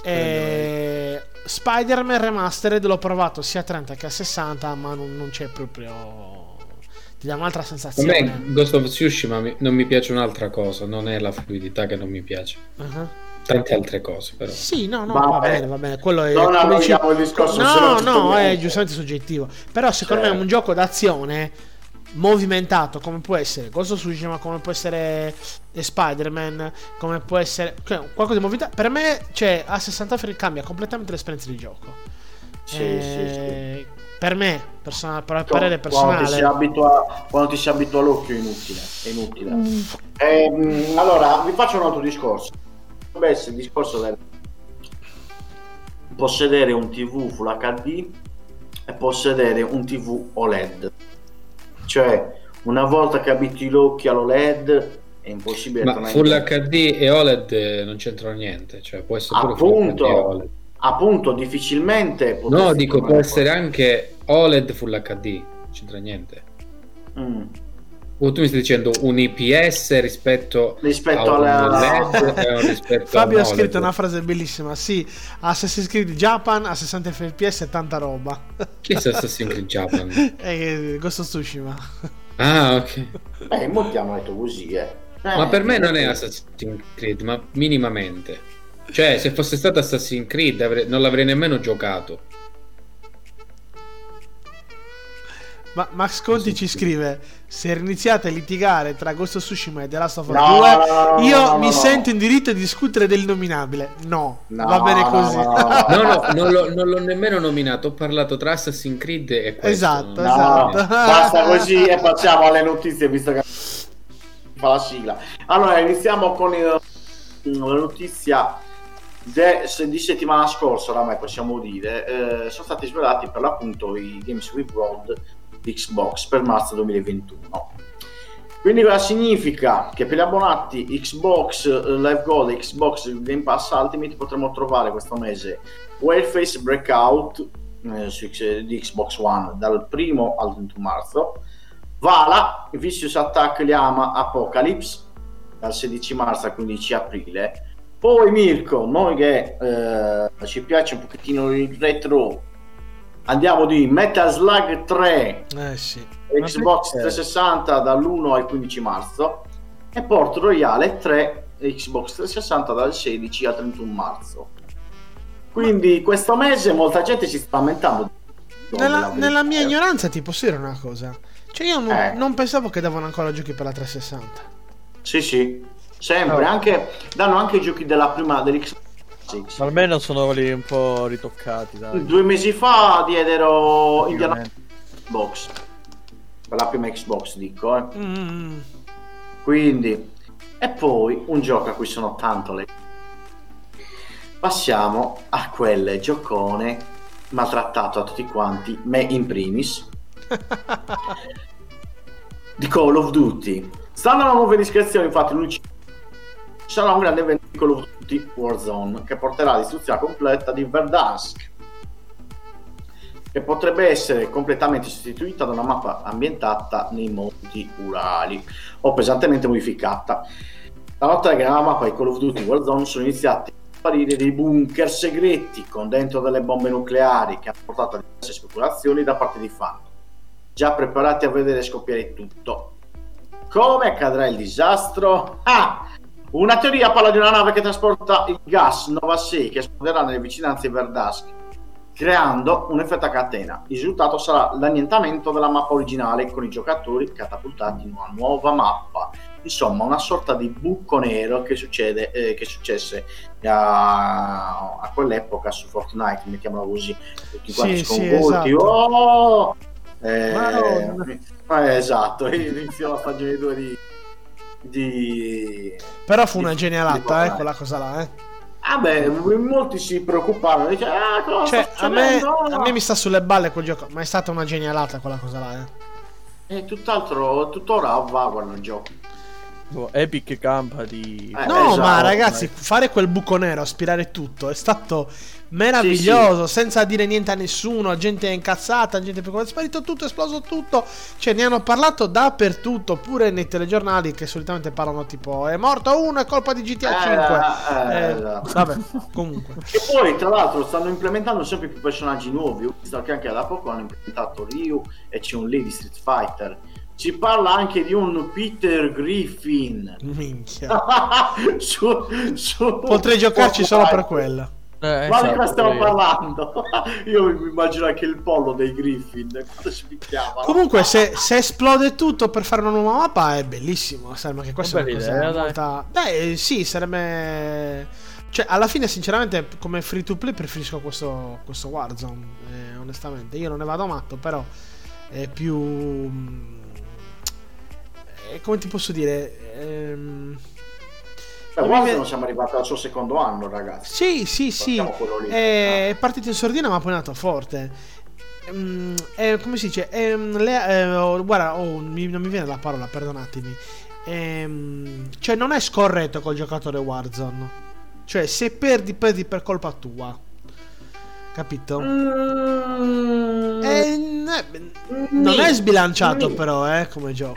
Spider-Man Remastered l'ho provato sia a 30 che a 60, ma non c'è proprio. Ti dà un'altra sensazione. A me Ghost of Tsushima non mi piace un'altra cosa, non è la fluidità che non mi piace. Tante altre cose, però. Sì, va bene. Quello è. Non abbiamo il discorso. È giustamente soggettivo. Però secondo me è un gioco d'azione movimentato, come può essere Ghost of Tsushima, come può essere Spider-Man, come può essere qualcosa di movimentato. Per me, cioè, a 60 frame cambia completamente l'esperienza di gioco. Sì. Per me, per parere personale. Quando ti si abitua l'occhio è inutile. Allora, vi faccio un altro discorso. Potrebbe essere il discorso del possedere un TV Full HD e possedere un TV OLED. Cioè, una volta che abitui l'occhio all'OLED è impossibile. Ma Full HD e OLED non c'entrano niente, cioè può essere pure Full HD e OLED. Appunto, difficilmente. No, dico, può essere anche OLED Full HD, non c'entra niente. O tu mi stai dicendo un IPS rispetto alla LED rispetto Fabio ha scritto una frase bellissima. Sì, Assassin's Creed Japan a 60 fps e tanta roba. Chi è Assassin's Creed Japan? Ghost of Tsushima. Ah, ok. Molti hanno detto così, ma per me non è Assassin's Creed, ma minimamente. Cioè, se fosse stato Assassin's Creed non l'avrei nemmeno giocato. Ma Max Conti ci scrive: se iniziate a litigare tra Ghost of Tsushima e The Last of Us 2, io mi sento in diritto di discutere dell'innominabile. Va bene così. Non l'ho nemmeno nominato. Ho parlato tra Assassin's Creed e questo. Esatto. Basta così e passiamo alle notizie, visto che fa la sigla. Allora, iniziamo con la notizia di settimana scorsa, oramai possiamo dire. Sono stati svelati per l'appunto i Games with Gold di Xbox per marzo 2021. Quindi cosa significa? Che per gli abbonati Xbox Live Gold e Xbox Game Pass Ultimate potremo trovare questo mese Wildface Breakout di Xbox One dal 1 al 21 marzo, Vala Vicious Attack Llama Apocalypse dal 16 marzo al 15 aprile. Poi Mirko, noi che ci piace un pochettino il retro, andiamo di Metal Slug 3 sì. Xbox 360 dall'1 al 15 marzo e Port Royale 3 Xbox 360 dal 16 al 31 marzo. Quindi questo mese molta gente si sta lamentando. Nella mia ignoranza ti posso dire una cosa, cioè io non pensavo che davano ancora giochi per la 360. Sì, sempre, danno anche i giochi della prima dell'Xbox. Almeno sono quelli un po' ritoccati, dai. 2 mesi fa diedero Indiana Box per la prima Xbox, dico. Quindi, e poi un gioco a cui sono tanto le. Passiamo a quel giocone maltrattato a tutti quanti, me in primis, di Call of Duty. Stando alle nuove discrezioni, infatti, ci sarà un grande evento di Call of Duty Warzone che porterà l'istruzione completa di Verdansk, che potrebbe essere completamente sostituita da una mappa ambientata nei monti Urali o pesantemente modificata. La notare che nella mappa di Call of Duty Warzone sono iniziati a apparire dei bunker segreti con dentro delle bombe nucleari che hanno portato a diverse speculazioni da parte di fan, già preparati a vedere scoppiare tutto. Come accadrà il disastro? Una teoria parla di una nave che trasporta il gas Nova 6 che esploderà nelle vicinanze di Verdansk, creando un effetto a catena. Il risultato sarà l'annientamento della mappa originale con i giocatori catapultati in una nuova mappa. Insomma, una sorta di buco nero che successe a quell'epoca su Fortnite, mettiamola così, tutti quanti sconvolti. Esatto. Esatto, inizio la stagione 2 di però fu una genialata quella cosa là. Molti si preoccupavano, a me mi sta sulle balle quel gioco, ma è stata una genialata quella cosa là. E tutt'altro, tuttora va quel gioco. Epic campa di esatto, ma ragazzi, fare quel buco nero, aspirare tutto è stato meraviglioso, senza dire niente a nessuno, gente è incazzata, gente è sparito tutto, è esploso tutto, cioè ne hanno parlato dappertutto, pure nei telegiornali che solitamente parlano tipo è morto uno, è colpa di GTA 5. Vabbè, comunque. E poi tra l'altro stanno implementando sempre più personaggi nuovi. Ho visto che anche da poco hanno implementato Ryu e c'è un Lady Street Fighter. Si parla anche di un Peter Griffin. Minchia. Potrei giocarci solo per quella. Ma di cosa stiamo parlando? Io mi immagino anche il pollo dei Griffin. Quando si picchiava. Comunque, se esplode tutto per fare una nuova mappa è bellissimo. Sembra che questa è una cosa molta. Sì, sarebbe Cioè, alla fine, sinceramente, come free to play preferisco questo Warzone. Onestamente, io non ne vado matto, però è più. Come ti posso dire? Warzone siamo arrivati al suo secondo anno, ragazzi. Sì. È partito in sordina, ma poi è nato forte. Come si dice? Guarda, non mi viene la parola, perdonatemi. Cioè, non è scorretto col giocatore Warzone. Cioè, se perdi per colpa tua. Capito? Non è sbilanciato, però, come gioco.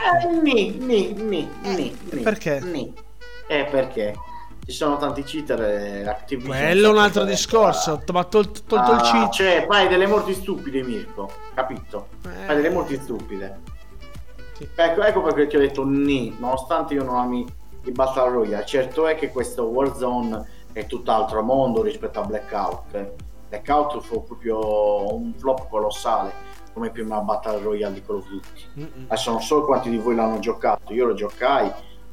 Perché? Perché ci sono tanti cheater. Activision, quello è un altro discorso. Ma tolto il cheat. Cioè, fai delle morti stupide, Mirko. Capito? Fai delle morti stupide. Sì. Ecco perché ti ho detto nonostante io non ami i Battle Royale. Certo è che questo Warzone è tutt'altro mondo rispetto a Blackout. Blackout fu proprio un flop colossale come prima Battle Royale di Call of Duty. Adesso non so quanti di voi l'hanno giocato, io lo giocai.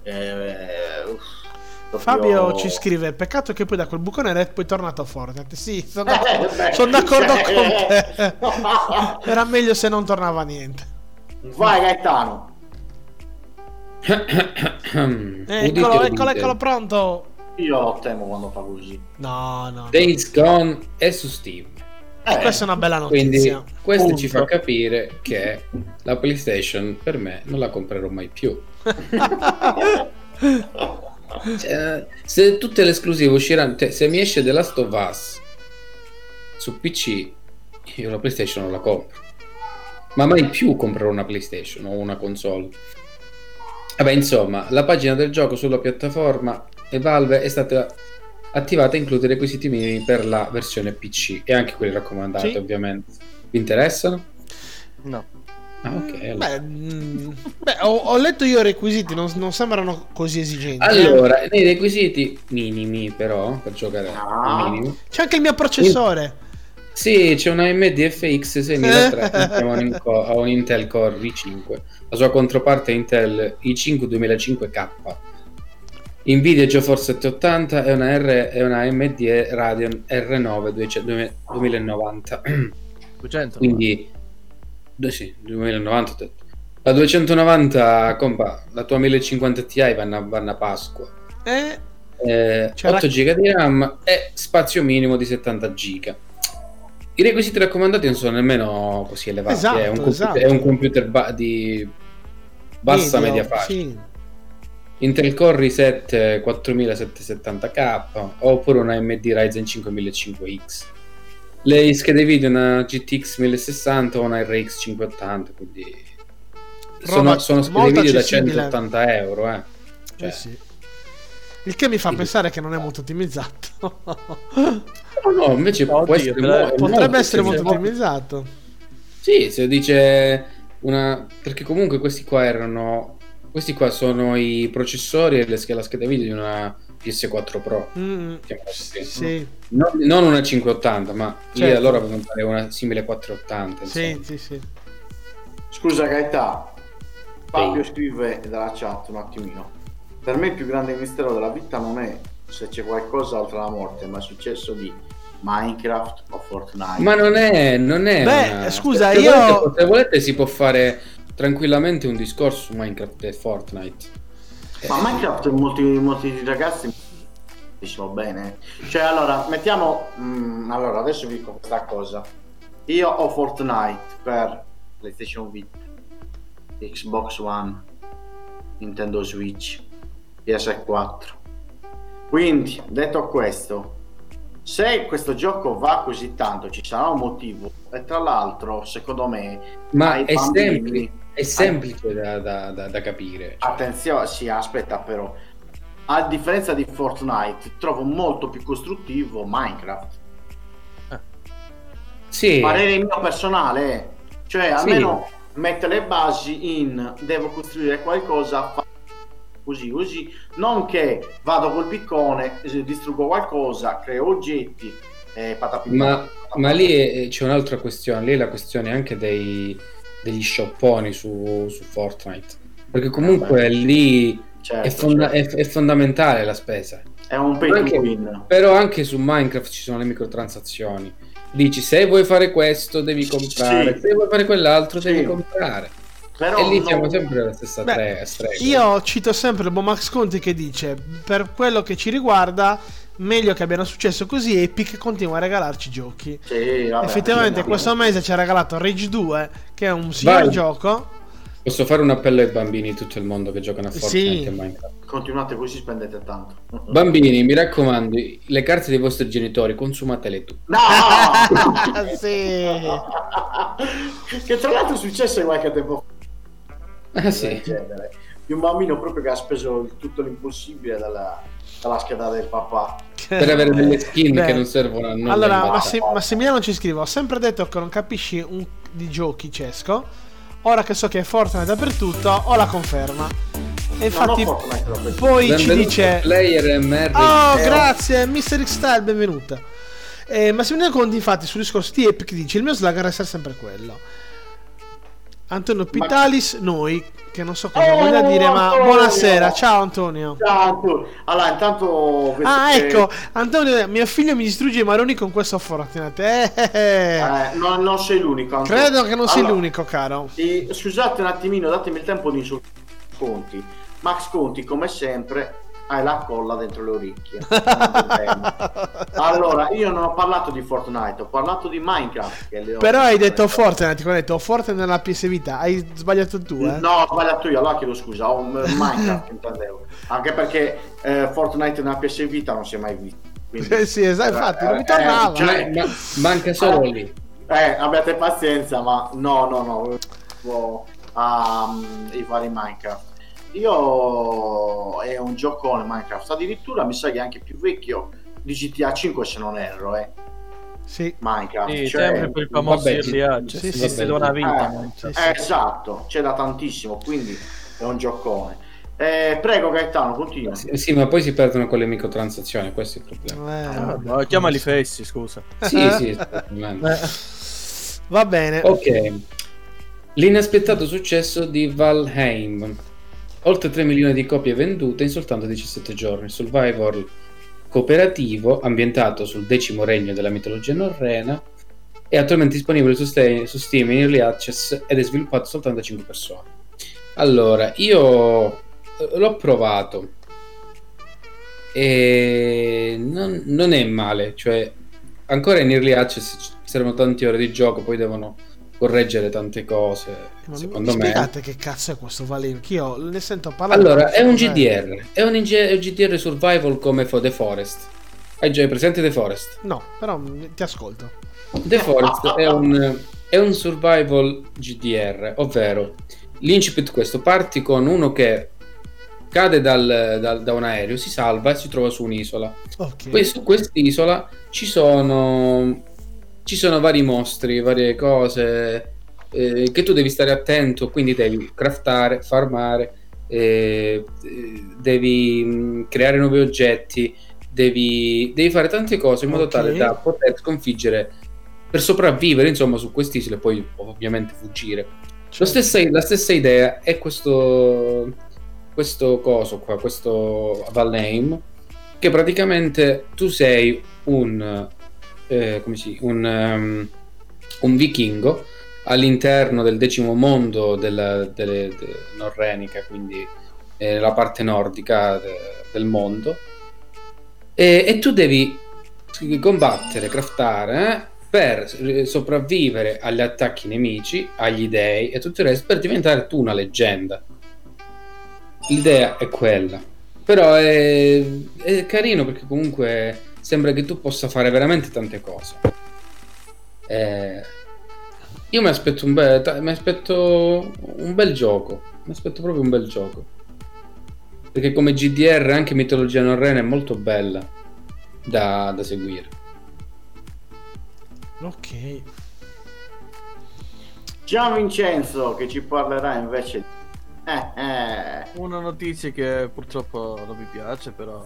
Fabio ci scrive: peccato che poi da quel buco nero è poi tornato a Fortnite. Sì, sono d'accordo con te. Era meglio se non tornava niente. Vai Gaetano. Eccolo pronto. Io temo quando fa così. No. Days Gone è su Steam. Questa è una bella notizia. Quindi questo ci fa capire che la PlayStation per me non la comprerò mai più. Cioè, se tutte le esclusive usciranno, se mi esce The Last of Us su PC, io la PlayStation non la compro. Ma mai più comprerò una PlayStation o una console. Vabbè, insomma, la pagina del gioco sulla piattaforma e Valve è stata attivata e include i requisiti minimi per la versione PC e anche quelli raccomandati, ovviamente. Vi interessano? No. Ok. Allora. Ho letto io i requisiti, non sembrano così esigenti. Allora, nei requisiti minimi, però, per giocare minimi, c'è anche il mio processore. Sì, c'è un AMD FX 6003 a un Intel Core i5. La sua controparte è Intel i5 2005K. Nvidia GeForce 780 e una AMD Radeon R9 2090. 200. Quindi sì, 2090 ho detto. La 290 compa, la tua 1050 Ti vanno a Pasqua. 8 GB di RAM e spazio minimo di 70 GB. I requisiti raccomandati non sono nemmeno così elevati. Esatto, è un computer di bassa media fascia. Sì. Intel Core i7 4770K oppure una AMD Ryzen 5500X. Le schede video una GTX 1060 o una RX 580, quindi sono schede video da 180 euro. Cioè. Sì. Il che mi fa pensare che non è molto ottimizzato. No, invece potrebbe essere molto ottimizzato. Sì, se dice perché comunque questi qua sono i processori e la scheda video di una PS4 Pro. Sì. Non una 580, ma certo. Allora vogliono fare una simile 480. Sì. Scusa Gaetà, Fabio scrive dalla chat un attimino. Per me il più grande mistero della vita non è se c'è qualcosa oltre la morte, ma è successo di Minecraft o Fortnite. Ma non è. Scusa, se volete si può fare tranquillamente un discorso su Minecraft e Fortnite. Ma Minecraft molti ragazzi diciamo bene. Cioè allora mettiamo allora adesso vi dico questa cosa. Io ho Fortnite per PlayStation Vita, Xbox One, Nintendo Switch, PS4. Quindi detto questo, se questo gioco va così tanto ci sarà un motivo, e tra l'altro secondo me è semplice da capire. Attenzione, sì, aspetta però. A differenza di Fortnite, trovo molto più costruttivo Minecraft. Sì. Parere mio personale, cioè almeno mette le basi devo costruire qualcosa così, non che vado col piccone, distruggo qualcosa, creo oggetti, ma lì c'è un'altra questione, lì è la questione anche degli shopponi su Fortnite, perché comunque lì certo. È fondamentale la spesa. È un pay to win. Però anche su Minecraft ci sono le microtransazioni. Dici, se vuoi fare questo devi comprare, se vuoi fare quell'altro devi comprare. Però e lì siamo sempre alla stessa strega. Io cito sempre il buon Max Conti che dice: per quello che ci riguarda, meglio che abbiano successo così. Epic continua a regalarci giochi. Sì, vabbè, effettivamente questo mese ci ha regalato Rage 2, che è un signor gioco. Posso fare un appello ai bambini di tutto il mondo che giocano a Fortnite e Minecraft. Continuate così, spendete tanto. Bambini, mi raccomando, le carte dei vostri genitori consumatele tu. No! Sì. Che tra l'altro è successo qualche tempo fa. Sì. Di un bambino proprio che ha speso tutto l'impossibile dalla scheda del papà per avere delle skin che non servono a nulla. Allora, Massimiliano ci scrive: ho sempre detto che non capisci di giochi, Cesco. Ora che so che è Fortnite dappertutto, ho la conferma. E infatti poi ci dice player MR. Oh, grazie Mr. X-Style, benvenuta. Massimiliano Conti infatti sul discorso di Epic dice: il mio slogan resta sempre quello. Antonio Pitalis, noi, che non so cosa voglia dire, ma Antonio! Buonasera, ciao Antonio. Ciao Antonio. Allora, intanto ecco, Antonio, mio figlio mi distrugge i maroni con questo Fortnite. Non sei l'unico, Antonio. Credo che non sei l'unico, caro. Scusate un attimino, datemi il tempo di insultare Conti. Max Conti, come sempre, hai la colla dentro le orecchie. Allora, io non ho parlato di Fortnite, ho parlato di Minecraft. Però hai detto Fortnite, ho detto Fortnite nella PS Vita. Hai sbagliato tu, eh? No, ho sbagliato io, allora chiedo scusa, ho Minecraft intendevo. Anche perché Fortnite nella PS Vita non si è mai visto. Quindi, sì, esatto, infatti, non mi tornava. Manca solo lì. Abbiate pazienza, ma no. I vari Minecraft. Io è un giocone Minecraft, addirittura mi sa che è anche più vecchio di GTA 5 se non erro, Sì. Minecraft, sì, sempre per il famoso early access, sì, da una vita. Esatto, c'è da tantissimo, quindi è un giocone. Prego Gaetano, continua. Sì, ma poi si perdono con le microtransazioni, questo è il problema. Chiamali fessi, scusa. Sì. Va bene. Ok. L'inaspettato successo di Valheim. Oltre 3 milioni di copie vendute in soltanto 17 giorni. Survival cooperativo ambientato sul 10° regno della mitologia norrena. È attualmente disponibile su Steam in Early Access ed è sviluppato soltanto da 5 persone. Allora, io l'ho provato e non è male, cioè ancora in Early Access servono tante ore di gioco, poi devono correggere tante cose. Secondo me, spiegate che cazzo è questo Valheim, che io ne sento parlare. Allora, è un GDR, è un GDR survival come The Forest. Hai già presente The Forest? No, però ti ascolto. The Forest è un survival GDR, ovvero l'incipit questo: parti con uno che cade da un aereo, si salva e si trova su un'isola. Okay. Poi su quest'isola ci sono vari mostri, varie cose che tu devi stare attento, quindi devi craftare, farmare, devi creare nuovi oggetti, devi fare tante cose in modo tale da poter sconfiggere, per sopravvivere insomma su quest'isola e poi ovviamente fuggire. La stessa idea è questo coso qua, questo Valheim, che praticamente tu sei un vichingo all'interno del 10° mondo delle norrenica, quindi la parte nordica del mondo, e tu devi combattere, craftare per sopravvivere agli attacchi nemici, agli dei e tutto il resto, per diventare tu una leggenda. L'idea è quella, però è carino perché comunque sembra che tu possa fare veramente tante cose. Io mi aspetto un bel gioco, mi aspetto proprio un bel gioco, perché come GDR anche mitologia norrena è molto bella da seguire. Ok. Gian Vincenzo che ci parlerà invece una notizia che purtroppo non mi piace, però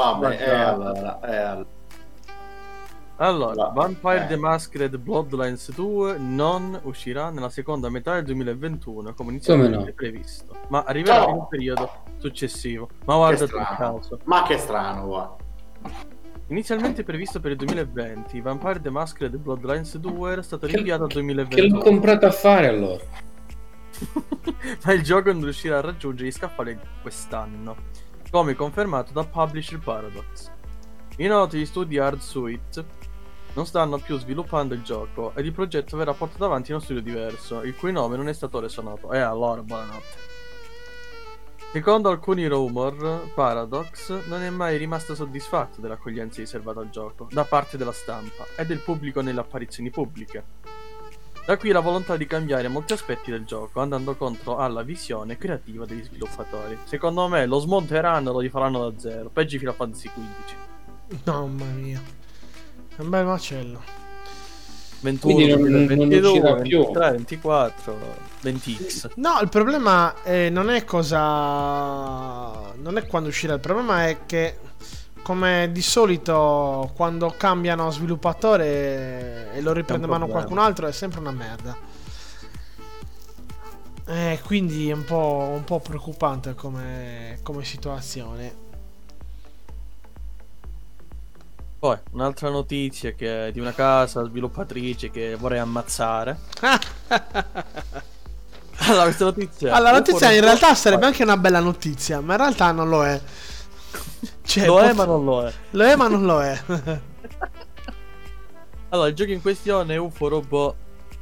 allora, Vampire the Masquerade Bloodlines 2 non uscirà nella seconda metà del 2021 come inizialmente previsto, ma arriverà in un periodo successivo. Ma guarda tu caso. Ma che strano, va. Inizialmente previsto per il 2020, Vampire the Masquerade Bloodlines 2 era stato rinviato al Che 2021. l'ho comprato a fare allora? Ma il gioco non riuscirà a raggiungere gli scaffali quest'anno, come confermato da publisher Paradox. Inoltre gli studi Hardsuite non stanno più sviluppando il gioco ed il progetto verrà portato avanti in uno studio diverso, il cui nome non è stato reso noto. Allora, buonanotte. Secondo alcuni rumor, Paradox non è mai rimasto soddisfatto dell'accoglienza riservata al gioco da parte della stampa e del pubblico nelle apparizioni pubbliche. Da qui la volontà di cambiare molti aspetti del gioco, andando contro alla visione creativa degli sviluppatori. Secondo me lo smonteranno e lo rifaranno da zero, peggio Final Fantasy XV. Mamma mia, è un bel macello. 21, Quindi non 22, uscirà più. 23, 24, 20x. No, il problema non è non è quando uscirà, il problema è che, come di solito, quando cambiano sviluppatore e lo riprende in mano qualcun altro, è sempre una merda. Quindi è un po' preoccupante come situazione. Poi, un'altra notizia che è di una casa sviluppatrice che vorrei ammazzare. Allora, questa notizia... Allora, la notizia in realtà sarebbe anche una bella notizia, ma in realtà non lo è. Cioè, lo è ma non lo è. Lo è ma non lo è. Allora, il gioco in questione è UFO Robot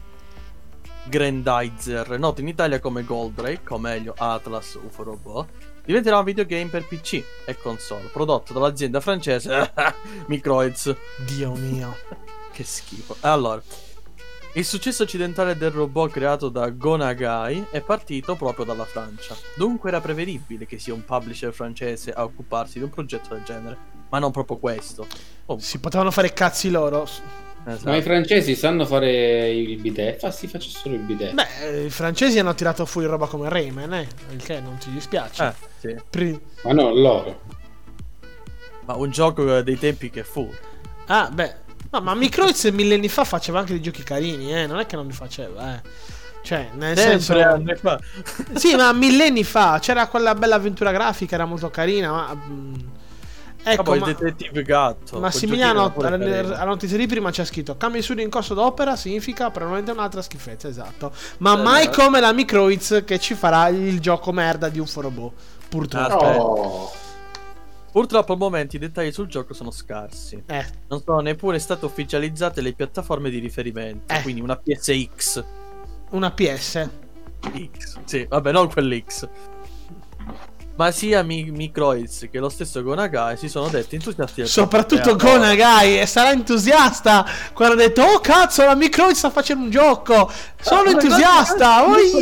Grandizer, noto in Italia come Goldrake, o meglio Atlas UFO Robot. Diventerà un videogame per PC e console, prodotto dall'azienda francese Microids. Dio mio. Che schifo. Allora, il successo occidentale del robot creato da Go Nagai è partito proprio dalla Francia. Dunque era prevedibile che sia un publisher francese a occuparsi di un progetto del genere. Ma non proprio questo. Si potevano fare cazzi loro. Esatto. Ma i francesi sanno fare il bidet, si facessero il bidet. Beh, i francesi hanno tirato fuori roba come Rayman, il che non ci dispiace. Sì. Ma no, loro. Ma un gioco dei tempi che fu. Ah, beh. No, ma Microids millenni fa faceva anche dei giochi carini, non è che non li faceva, Cioè, nel senso... anni fa. Sì, ma millenni fa c'era quella bella avventura grafica, era molto carina, ma... Ecco, il Detective Gatto. Massimiliano alla notizia di prima c'è scritto: cambio di studio in corso d'opera significa probabilmente un'altra schifezza, esatto. Ma mai come la Microids che ci farà il gioco merda di UFO Robot. Purtroppo. Purtroppo al momento i dettagli sul gioco sono scarsi. Non sono neppure state ufficializzate le piattaforme di riferimento. Quindi una PSX. Una PS X. Sì, vabbè, non quell'X. Ma sia Microids che lo stesso Go Nagai si sono detti entusiasti del soprattutto Go Nagai, e sarà entusiasta quando ha detto: oh cazzo, la Microids sta facendo un gioco, sono entusiasta.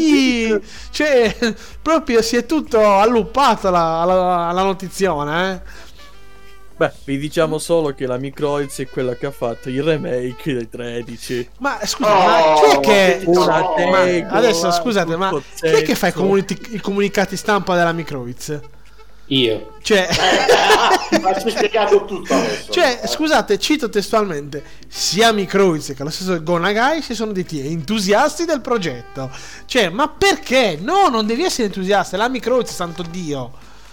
Cioè, proprio si è tutto alluppato la notizione, Beh, vi diciamo solo che la Microids è quella che ha fatto il remake dei 13. Ma scusa, ma chi è che... adesso scusate, ma chi è che fa i comunicati stampa della Microids? Io. Cioè... Ma ci hai spiegato tutto adesso. Cioè, scusate, cito testualmente: sia Microids che lo stesso Go Nagai si sono detti entusiasti del progetto. Cioè, ma perché? No, non devi essere entusiasta, è la Microids, santo Dio.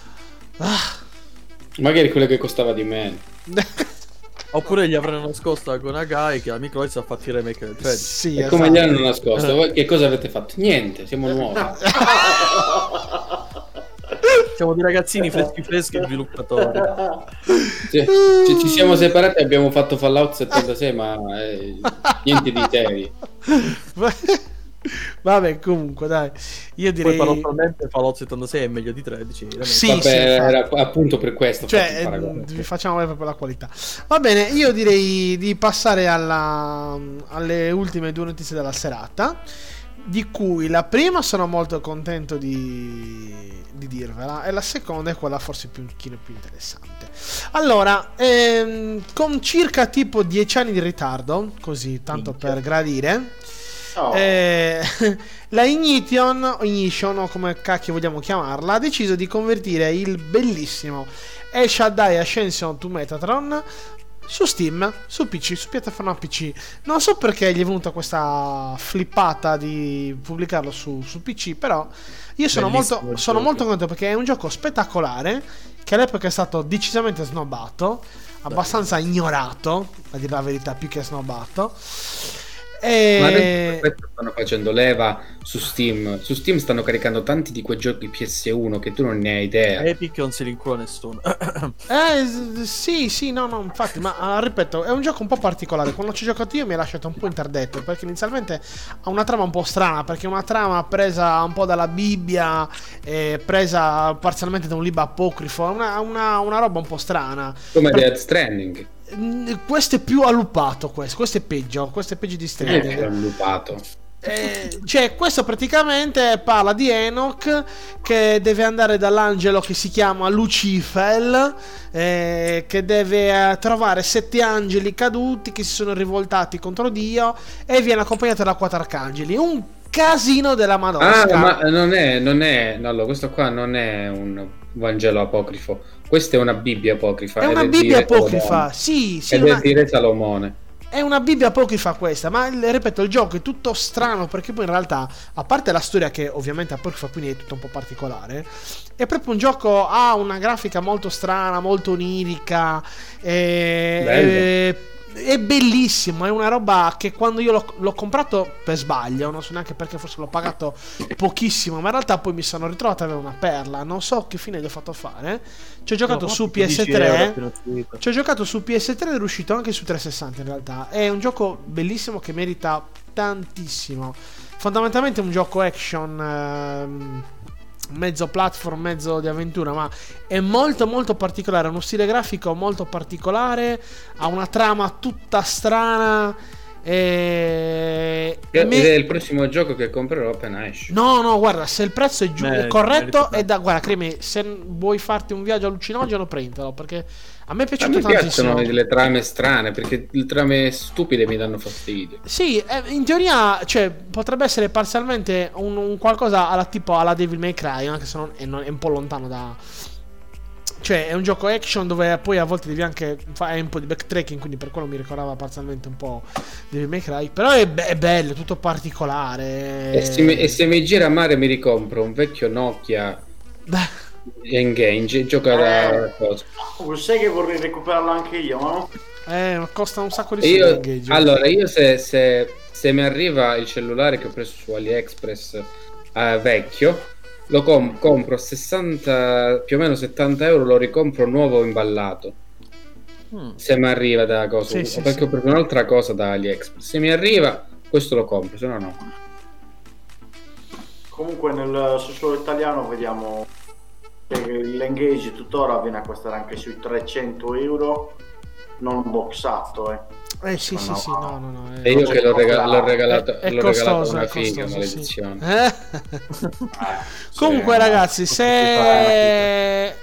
Magari quello che costava di meno. Oppure gli avranno nascosto a Go Nagai che la Microids ha fatto il remake del 13. Sì, e come gli hanno nascosto? Voi che cosa avete fatto? Niente, siamo nuovi. Siamo dei ragazzini freschi sviluppatori. Ci siamo separati e abbiamo fatto Fallout 76, ma niente di serio. Vabbè, comunque, dai. Io direi. Poi paradossalmente Fallout 76 è meglio di 13. Sì, vabbè, era appunto per questo. Cioè, vi facciamo vedere proprio la qualità. Va bene, io direi di passare alle ultime due notizie della serata. Di cui la prima sono molto contento di dirvela, e la seconda è quella forse un pochino più interessante. Allora, con circa tipo 10 anni di ritardo, così tanto per gradire, la Ignition, o come cacchio vogliamo chiamarla, ha deciso di convertire il bellissimo El Shaddai Ascension to Metatron su Steam, su PC, su piattaforma PC. Non so perché gli è venuta questa flippata di pubblicarlo su PC, però io sono molto contento perché è un gioco spettacolare che all'epoca è stato decisamente snobbato, abbastanza ignorato, a dire la verità, più che snobbato. Ma adesso stanno facendo leva su Steam. Su Steam stanno caricando tanti di quei giochi PS1 che tu non ne hai idea. Epic non si rincula nessuno. Sì, no, infatti, ma ripeto, è un gioco un po' particolare. Quando ci ho giocato io mi ha lasciato un po' interdetto, perché inizialmente ha una trama un po' strana, perché è una trama presa un po' dalla Bibbia, presa parzialmente da un libro apocrifo, una roba un po' strana. Come Death Stranding. Questo è più allupato, questo è peggio di Stranding. È allupato. Cioè, questo praticamente parla di Enoch che deve andare dall'angelo che si chiama Lucifer, che deve trovare 7 angeli caduti che si sono rivoltati contro Dio, e viene accompagnato da 4 arcangeli. Un casino della Madonna. Ma non è no, allora, questo qua non è un Vangelo apocrifo, questa è una Bibbia apocrifa. È una Bibbia apocrifa, sì, ed è di Re Salomone. È una Bibbia apocrifa questa, ma ripeto, il gioco è tutto strano, perché poi in realtà, a parte la storia che ovviamente è apocrifa, quindi è tutto un po' particolare, è proprio un gioco, ha una grafica molto strana, molto onirica, è bellissimo, è una roba che quando io l'ho comprato per sbaglio, non so neanche perché, forse l'ho pagato pochissimo, ma in realtà poi mi sono ritrovato ad avere una perla, non so che fine gli ho fatto fare. Ci ho giocato su PS3, ci ho giocato su PS3 ed è uscito anche su 360 in realtà. È un gioco bellissimo che merita tantissimo. Fondamentalmente è un gioco action, mezzo platform, mezzo di avventura, ma è molto molto particolare, ha uno stile grafico molto particolare, ha una trama tutta strana, ed è il prossimo gioco che comprerò appena esce. No, guarda, se il prezzo è corretto, guarda, credimi, se vuoi farti un viaggio allucinogeno, prendilo, perché a me è piaciuto tantissimo. Mi piacciono le trame strane, perché le trame stupide mi danno fastidio. Sì, in teoria, cioè, potrebbe essere parzialmente un qualcosa alla Devil May Cry, anche se è un po' lontano da... Cioè, è un gioco action dove poi a volte devi anche fare un po' di backtracking, quindi per quello mi ricordava parzialmente un po' Devil May Cry. Però è bello, è tutto particolare. E se mi gira male mi ricompro un vecchio Nokia Engage e gioca da cosa. Sai che vorrei recuperarlo anche io, no? Ma costa un sacco di soldi Engage. Allora, io se mi arriva il cellulare che ho preso su AliExpress vecchio, lo compro 60, più o meno 70 euro, lo ricompro nuovo imballato. Se mi arriva da cosa, perché ho preso un'altra cosa da AliExpress. Se mi arriva, questo lo compro, se no no. Comunque nel suolo italiano vediamo che l'Engage tuttora viene a costare anche sui 300 euro, non boxato, sì, no. E io che l'ho regalato, è l'ho costoso, regalato una è figa, costoso, maledizione. Comunque, ragazzi, se...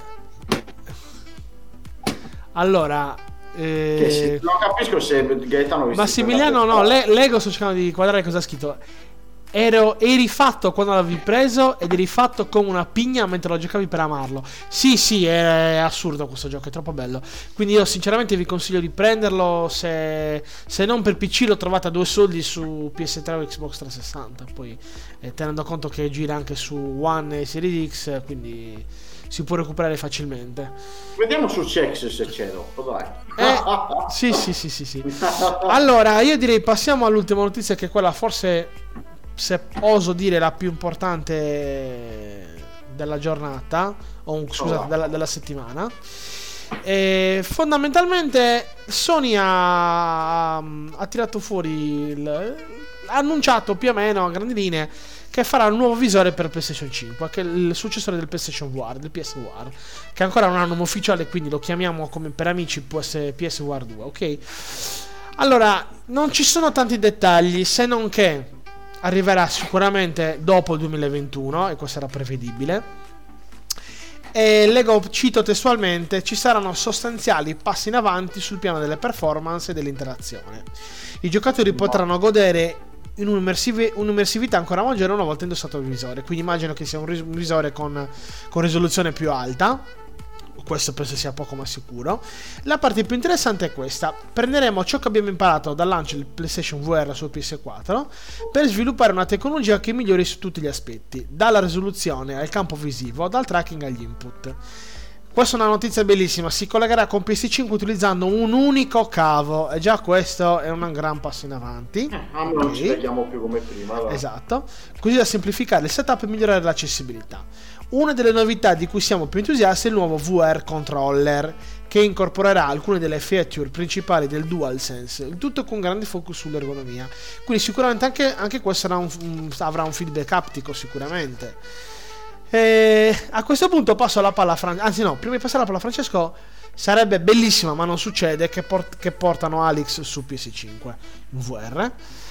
Allora... non capisco se Gaetano... Massimiliano, no, Lego, sto cercando di quadrare cosa ha scritto. Eri fatto quando l'avevi preso ed eri fatto come una pigna mentre lo giocavi per amarlo. Sì, è assurdo questo gioco, è troppo bello. Quindi io sinceramente vi consiglio di prenderlo. Se non per PC lo trovate a 2 soldi su PS3 o Xbox 360. Poi tenendo conto che gira anche su One e Series X, quindi si può recuperare facilmente. Vediamo su Chex se c'è dopo, dai. Sì. Allora, io direi passiamo all'ultima notizia, che è quella forse, se oso dire, la più importante della giornata, scusate, della settimana. Fondamentalmente Sony ha tirato fuori ha annunciato più o meno a grandi linee che farà un nuovo visore per PlayStation 5, che è il successore del PlayStation VR, del PSVR, che ancora non ha un nome ufficiale, quindi lo chiamiamo come per amici PSVR 2, ok? Allora, non ci sono tanti dettagli, se non che arriverà sicuramente dopo il 2021, e questo era prevedibile. E leggo, cito testualmente: ci saranno sostanziali passi in avanti sul piano delle performance e dell'interazione. I giocatori potranno godere in un'immersività ancora maggiore una volta indossato il visore. Quindi immagino che sia un visore con risoluzione più alta. Questo penso sia poco ma sicuro. La parte più interessante è questa: prenderemo ciò che abbiamo imparato dal lancio del PlayStation VR sul PS4 per sviluppare una tecnologia che migliori su tutti gli aspetti, dalla risoluzione al campo visivo, dal tracking agli input. Questa è una notizia bellissima, si collegherà con PS5 utilizzando un unico cavo e già questo è un gran passo in avanti. Non ci vediamo più come prima. Allora. Esatto, così da semplificare il setup e migliorare l'accessibilità. Una delle novità di cui siamo più entusiasti è il nuovo VR Controller, che incorporerà alcune delle feature principali del DualSense, il tutto con grande focus sull'ergonomia. Quindi sicuramente anche questo avrà un feedback aptico sicuramente. A questo punto passo la palla a Francesco. Prima di passare la palla a Francesco, sarebbe bellissimo, ma non succede, che portano Alex su PS5 in VR.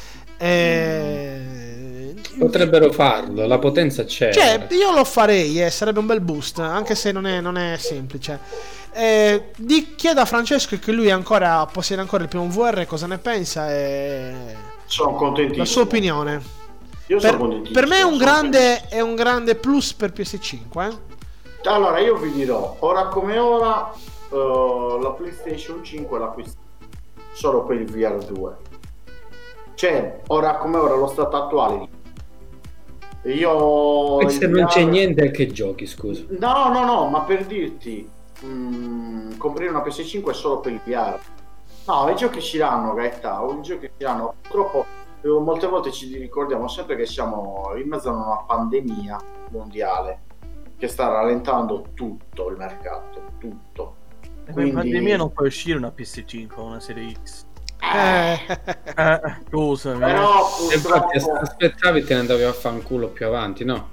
Potrebbero farlo, la potenza c'è. Cioè, io lo farei, sarebbe un bel boost, anche se non è semplice. Chiedo a Francesco, che lui possiede ancora il primo VR, cosa ne pensa e sono contentissimo. La sua opinione. Per me è un grande plus per PS5. Allora, io vi dirò, ora come ora, la PlayStation 5 l'acquisto solo per il VR2. Cioè, ora come ora, lo stato attuale. Io... Se non c'è niente che giochi, scusa. No, ma per dirti, comprare una PS5 è solo per il VR. No, i giochi ci danno, Gaetano, purtroppo molte volte ci ricordiamo sempre che siamo in mezzo a una pandemia mondiale che sta rallentando tutto il mercato, tutto. Quindi... in pandemia non puoi uscire una PS5 o una serie X. Scusami. Però infatti aspettavi, te ne andavi a fanculo più avanti, no?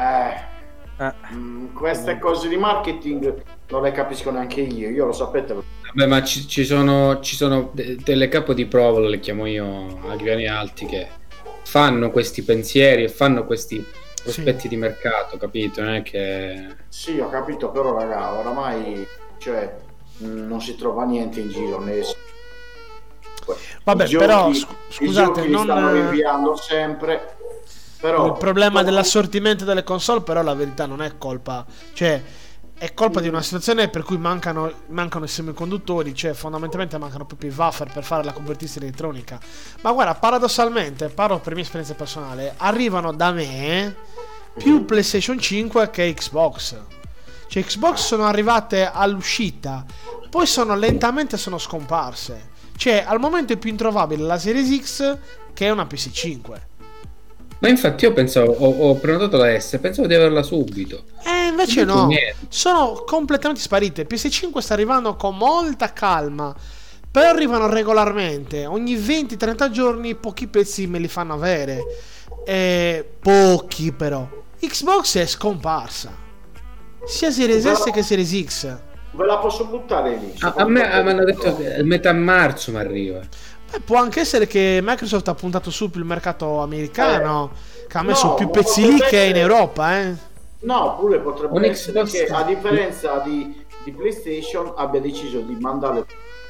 Queste cose di marketing non le capisco neanche io lo sapete. Vabbè, ma ci sono delle capo di prova, le chiamo io, a grani alti, che fanno questi pensieri e fanno questi aspetti di mercato, capito? Non è che... Sì, ho capito, però raga, oramai non si trova niente in giro, vabbè, però scusate, non stanno rinviando sempre. Però il problema dell'assortimento delle console, però la verità non è colpa, cioè è colpa di una situazione per cui mancano i semiconduttori, cioè fondamentalmente mancano proprio i wafer per fare la convertistica elettronica. Ma guarda, paradossalmente, parlo per mia esperienza personale, arrivano da me più PlayStation 5 che Xbox. Cioè Xbox sono arrivate all'uscita, poi lentamente sono scomparse. Cioè al momento è più introvabile la Series X che è una PS5. Ma infatti io pensavo, ho prenotato la S, pensavo di averla subito. Invece no, sono completamente sparite. PS5 sta arrivando con molta calma, però arrivano regolarmente. Ogni 20-30 giorni pochi pezzi me li fanno avere. Pochi però. Xbox è scomparsa. Sia Series S che Series X. Ve la posso buttare lì. A me mi hanno detto che metà marzo mi arriva. Può anche essere che Microsoft ha puntato su più il mercato americano, che ha messo più pezzi lì che in Europa, No, pure potrebbe essere che a differenza di PlayStation abbia deciso di mandare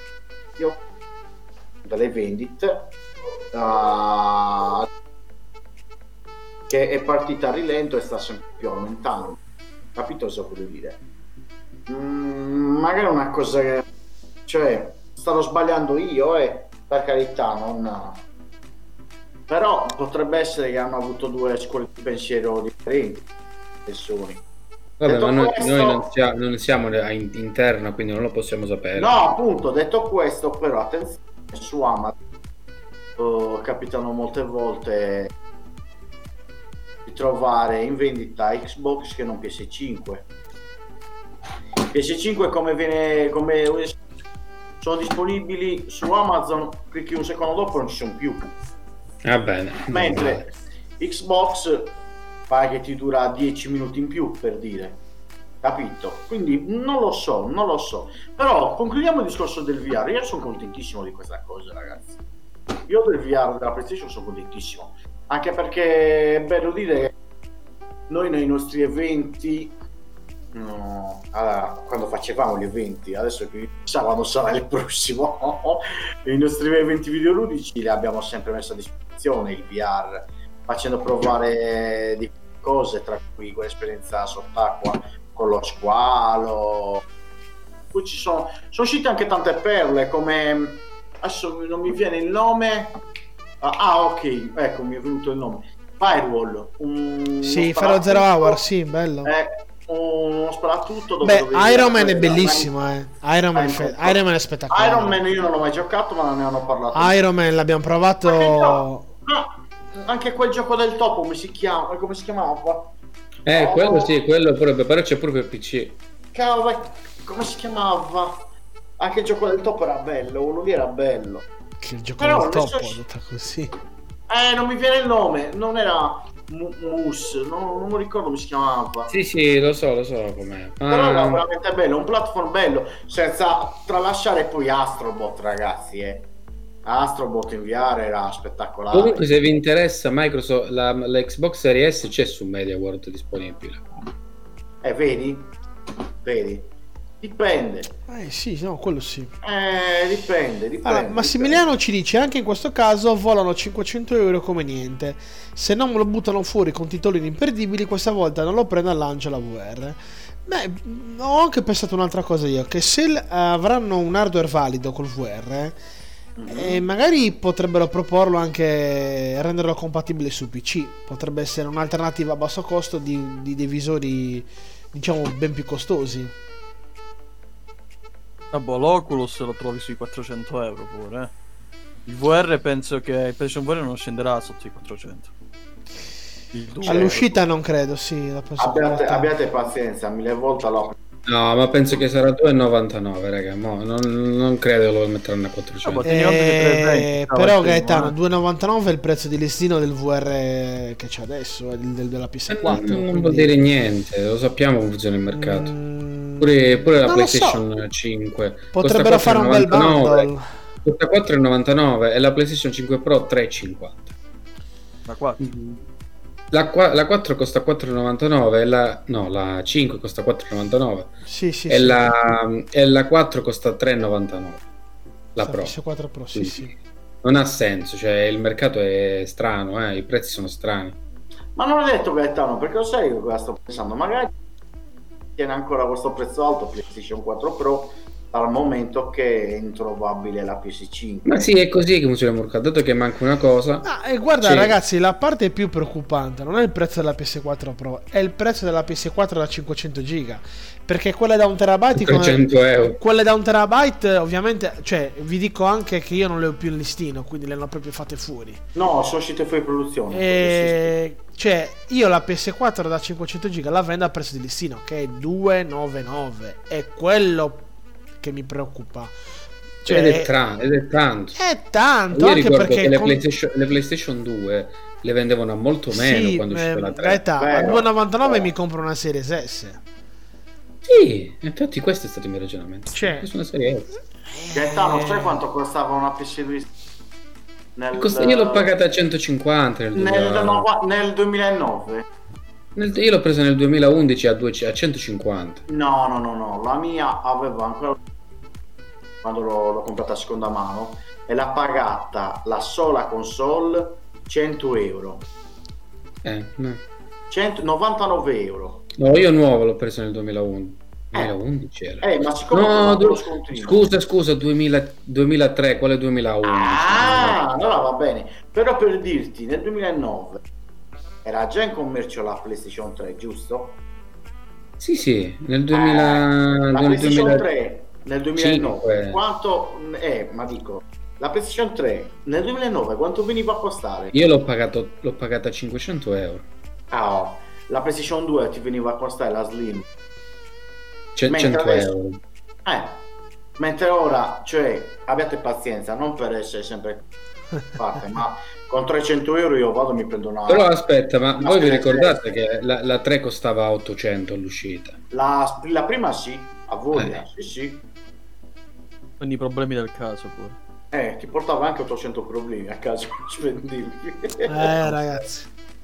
dalle vendite che è partita a rilento e sta sempre più aumentando. Capito cosa voglio dire? Magari una cosa che... cioè, starò sbagliando io, per carità, non... però potrebbe essere che hanno avuto due scuole di pensiero differenti. Vabbè, ma questo... noi non siamo interno, quindi non lo possiamo sapere. No, appunto, detto questo, però attenzione, su Amazon capitano molte volte di trovare in vendita Xbox che non PS5. PS5 come sono disponibili su Amazon, clicchi un secondo dopo non ci sono più. Va bene. Mentre Xbox pare che ti dura 10 minuti in più, per dire, capito? Quindi non lo so, però concludiamo il discorso del VR. Io sono contentissimo di questa cosa, ragazzi. Io del VR della PlayStation sono contentissimo, anche perché è bello dire che noi nei nostri eventi quando facevamo gli eventi, adesso che quando sarà il prossimo, i nostri eventi videoludici li abbiamo sempre messo a disposizione il VR, facendo provare di cose, tra cui quell'esperienza sott'acqua con lo squalo. Poi sono uscite anche tante perle, come adesso non mi viene il nome. Ok, ecco, mi è venuto il nome. Firewall, sì, Firewall Zero Hour, sì, bello. uno sparatutto dove Beh, dovevi Iron Man è fare la bellissimo, Iron Man è spettacolare. Iron Man io non l'ho mai giocato, ma ne hanno parlato. Iron Man l'abbiamo provato. Anche quel gioco del topo, come si chiamava? Quello sì, quello pure, però c'è pure per PC. Cavolo, come si chiamava? Anche il gioco del topo era bello, quello lì era bello. Che il gioco Però del topo, adesso- detto così. Non mi viene il nome, non era Moose, non mi ricordo come si chiamava. Sì, lo so com'è. Però era veramente bello, un platform bello, senza tralasciare poi Astrobot, ragazzi, Astrobot in VR era spettacolare. Comunque, se vi interessa, Microsoft, la Xbox Series S c'è su Media World disponibile. Vedi? Dipende. Sì, no, quello sì. Dipende. Allora, Massimiliano ci dice: anche in questo caso volano 500 euro come niente. Se non me lo buttano fuori con titoli imperdibili, questa volta non lo prendo al lancio la VR. Beh, ho anche pensato un'altra cosa io, che se avranno un hardware valido col VR, magari potrebbero proporlo anche, renderlo compatibile su PC. Potrebbe essere un'alternativa a basso costo di dei visori, diciamo, ben più costosi. L'Oculus lo trovi sui 400 euro pure. Il VR penso che il PlayStation VR non scenderà sotto i 400. All'uscita non credo, sì. Abbiate pazienza, 1000 volte l'ho. No, ma penso che sarà 2,99, raga. Non credo lo metteranno a 400. Però Gaetano, 2,99 è il prezzo di listino del VR che c'è adesso, della PS4. Non vuol dire niente, lo sappiamo come funziona il mercato. Pure la PlayStation 5 potrebbero fare un bel bundle. Costa 4,99 e la PlayStation 5 Pro 3,50. La 4. La 4 costa 4,99 la 5 costa 4,99. Sì. E la 4 costa 3,99. La Pro. PS4 Pro, sì. Non ha senso, cioè il mercato è strano, i prezzi sono strani. Ma non è detto, Gaetano, perché lo sai io cosa sto pensando? Magari tiene ancora questo prezzo alto PlayStation 4 Pro dal momento che è introvabile la PS5. Ma sì, è così che funziona il mercato, dato che manca una cosa. Guarda, ragazzi, la parte più preoccupante non è il prezzo della PS4 Pro, è il prezzo della PS4 da 500 giga, perché quelle da 1 terabyte 300 euro. Quelle da 1 terabyte ovviamente, cioè vi dico anche che io non le ho più in listino, quindi le hanno proprio fatte fuori. No, sono uscite fuori produzione. Cioè io la PS4 da 500 giga la vendo a prezzo di listino, che è 299, è quello che mi preoccupa. Cioè, ed è tanto. È tanto, io anche perché le PlayStation 2 le vendevano a molto meno quando uscì la 3. A 2,99 mi compro una Series S. Sì, infatti questo è stato il mio ragionamento. Cioè, questa è una Series S. Gaetano, sai quanto costava una PS2? Io l'ho pagata a 150 nel 2009. Io l'ho presa nel 2011 a 150. No, la mia aveva ancora, quando l'ho comprata a seconda mano, e l'ha pagata la sola console 100 euro. No. 199 euro. No, io nuovo l'ho preso nel 2011. 2011 era. Ma siccome scusa, 2003, quale 2011? Allora va bene. Però per dirti, nel 2009 era già in commercio la PlayStation 3, giusto? Sì, nel 2000 la PlayStation 2000... 3 nel 2009 quanto ma dico, la PlayStation 3 nel 2009 quanto veniva a costare? Io l'ho pagata 500 euro. La PlayStation 2 ti veniva a costare la Slim 100 euro. Mentre ora, cioè, abbiate pazienza, non per essere sempre fatte, ma con 300 euro io vado e mi prendo una. Però aspetta, ma voi vi ricordate che la 3 costava 800 all'uscita? La prima sì, a voglia, sì. Quindi i problemi del caso pure. Ti portava anche 800 problemi a caso spendibili. Ragazzi,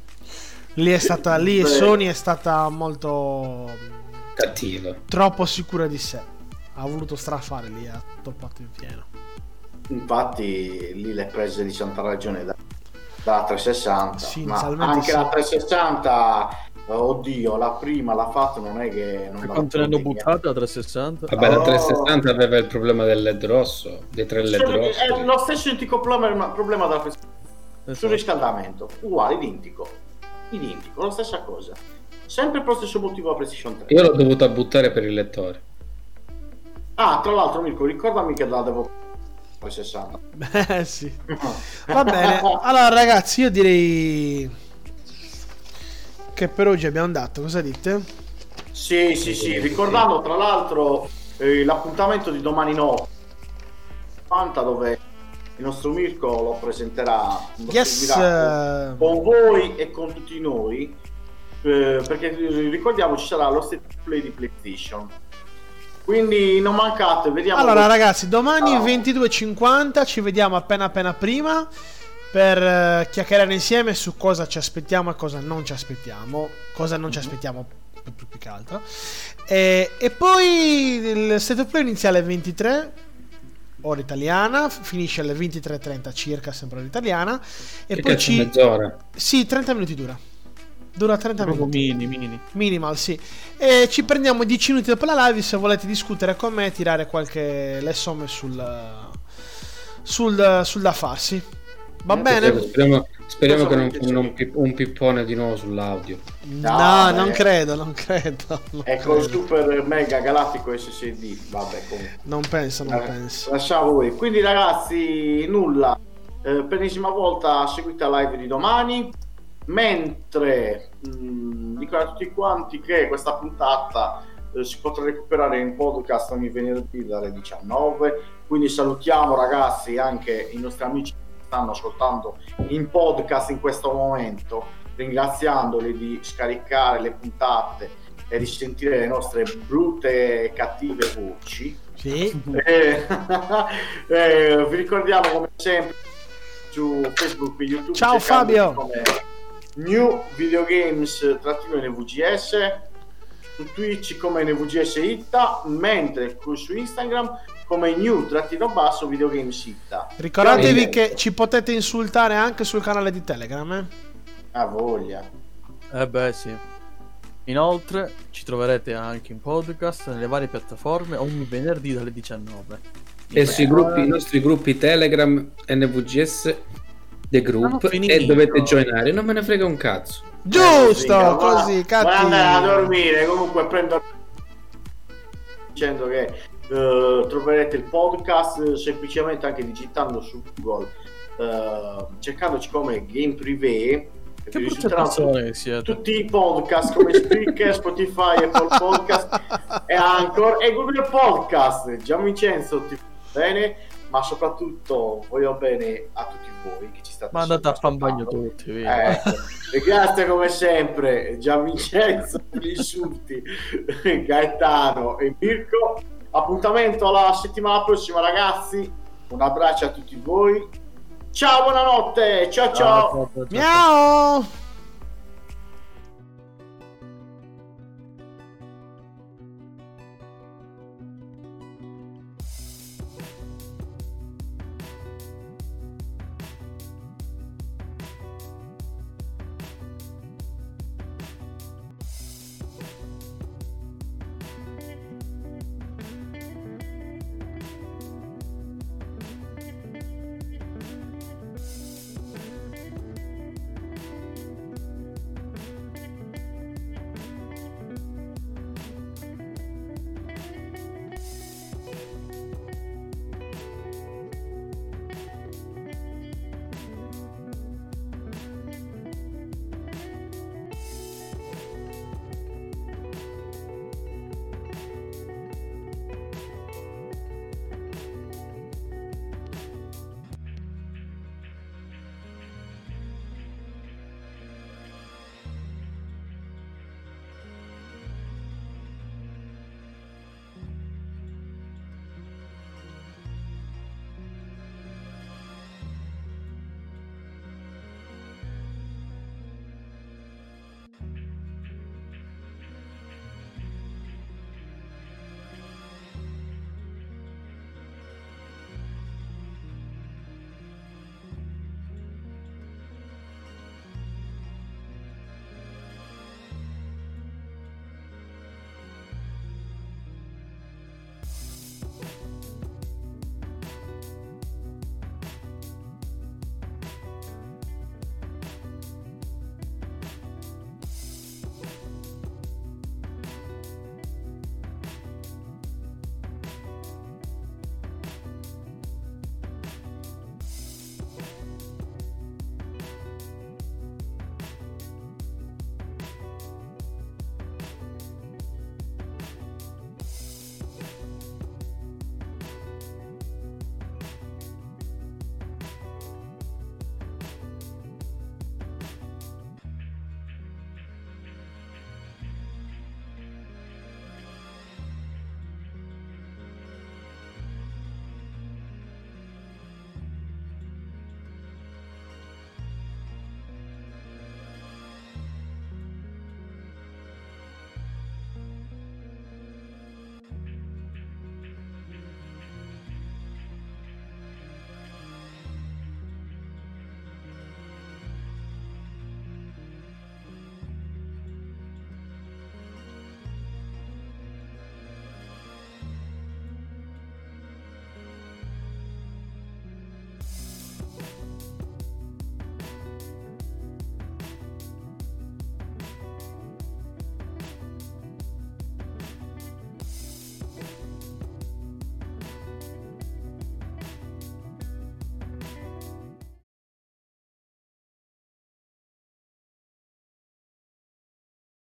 lì Sony è stata molto cattiva, troppo sicura di sé, ha voluto strafare, lì ha toppato in pieno. Infatti lì le prese di santa ragione da 360, sì, ma anche la 360, oddio, la prima l'ha fatto, non è che non quanto ne hanno buttato la 360? Vabbè, la 360 aveva il problema del LED rosso, dei 3 LED rossi. È lo stesso identico problema della sul riscaldamento, uguale, identico, la stessa cosa. sempre per lo stesso motivo la PlayStation 3. Io l'ho dovuta buttare per il lettore. Ah, tra l'altro Mirko, ricordami che la devo 60. Beh, sì. Va bene. Allora ragazzi, io direi che per oggi abbiamo dato, cosa dite? Sì, ricordando tra l'altro l'appuntamento di domani notte dove il nostro Mirko lo presenterà, con voi e con tutti noi, perché ricordiamo ci sarà lo state of play di PlayStation, quindi non mancate, vediamo. Allora ragazzi, domani 22:50 ci vediamo appena prima per chiacchierare insieme su cosa ci aspettiamo e cosa non ci aspettiamo, più che altro, e poi il state of play inizia alle 23 ora italiana, finisce alle 23:30 circa, sempre ora italiana, e poi mezz'ora. Sì, 30 minuti dura 30 minuti minimal, sì, e ci prendiamo 10 minuti dopo la live se volete discutere con me e tirare qualche le somme sul da farsi. Va bene? Speriamo che non fanno un pippone di nuovo sull'audio. No, non credo. Ecco, il super mega galattico SSD. Vabbè, comunque. Non penso. Lasciamo voi. Quindi, ragazzi, nulla. Per l'ennesima volta seguite la live di domani. Mentre dico a tutti quanti che questa puntata si potrà recuperare in podcast ogni venerdì dalle 19. Quindi salutiamo, ragazzi, anche i nostri amici stanno ascoltando in podcast in questo momento, ringraziandoli di scaricare le puntate e di sentire le nostre brutte e cattive voci. Sì. Vi ricordiamo come sempre su Facebook e YouTube. Ciao Fabio. Come New Videogames _NVGS, su Twitch come NVGS Itta, mentre su Instagram come new_videogames Itta. Ricordatevi che ci potete insultare anche sul canale di Telegram, A voglia. Beh, sì. Inoltre ci troverete anche in podcast nelle varie piattaforme ogni venerdì dalle 19. E sui gruppi, i nostri gruppi Telegram, NVGS The Group, e dovete joinare, non me ne frega un cazzo. Giusto, così, cazzo. Andare a dormire, comunque prendo dicendo che troverete il podcast semplicemente anche digitando su Google, cercandoci come Game Privé, che risulteranno tutti i podcast come Spreaker, Spotify, Apple Podcast e Anchor e Google Podcast. Gian Vincenzo, ti bene, ma soprattutto voglio bene a tutti voi che ci state mandate a fan bagno tutti, e grazie come sempre Gian Vincenzo per gli insulti, Gaetano e Mirko. Appuntamento alla settimana prossima, ragazzi, un abbraccio a tutti voi, ciao, buonanotte, ciao. Miau.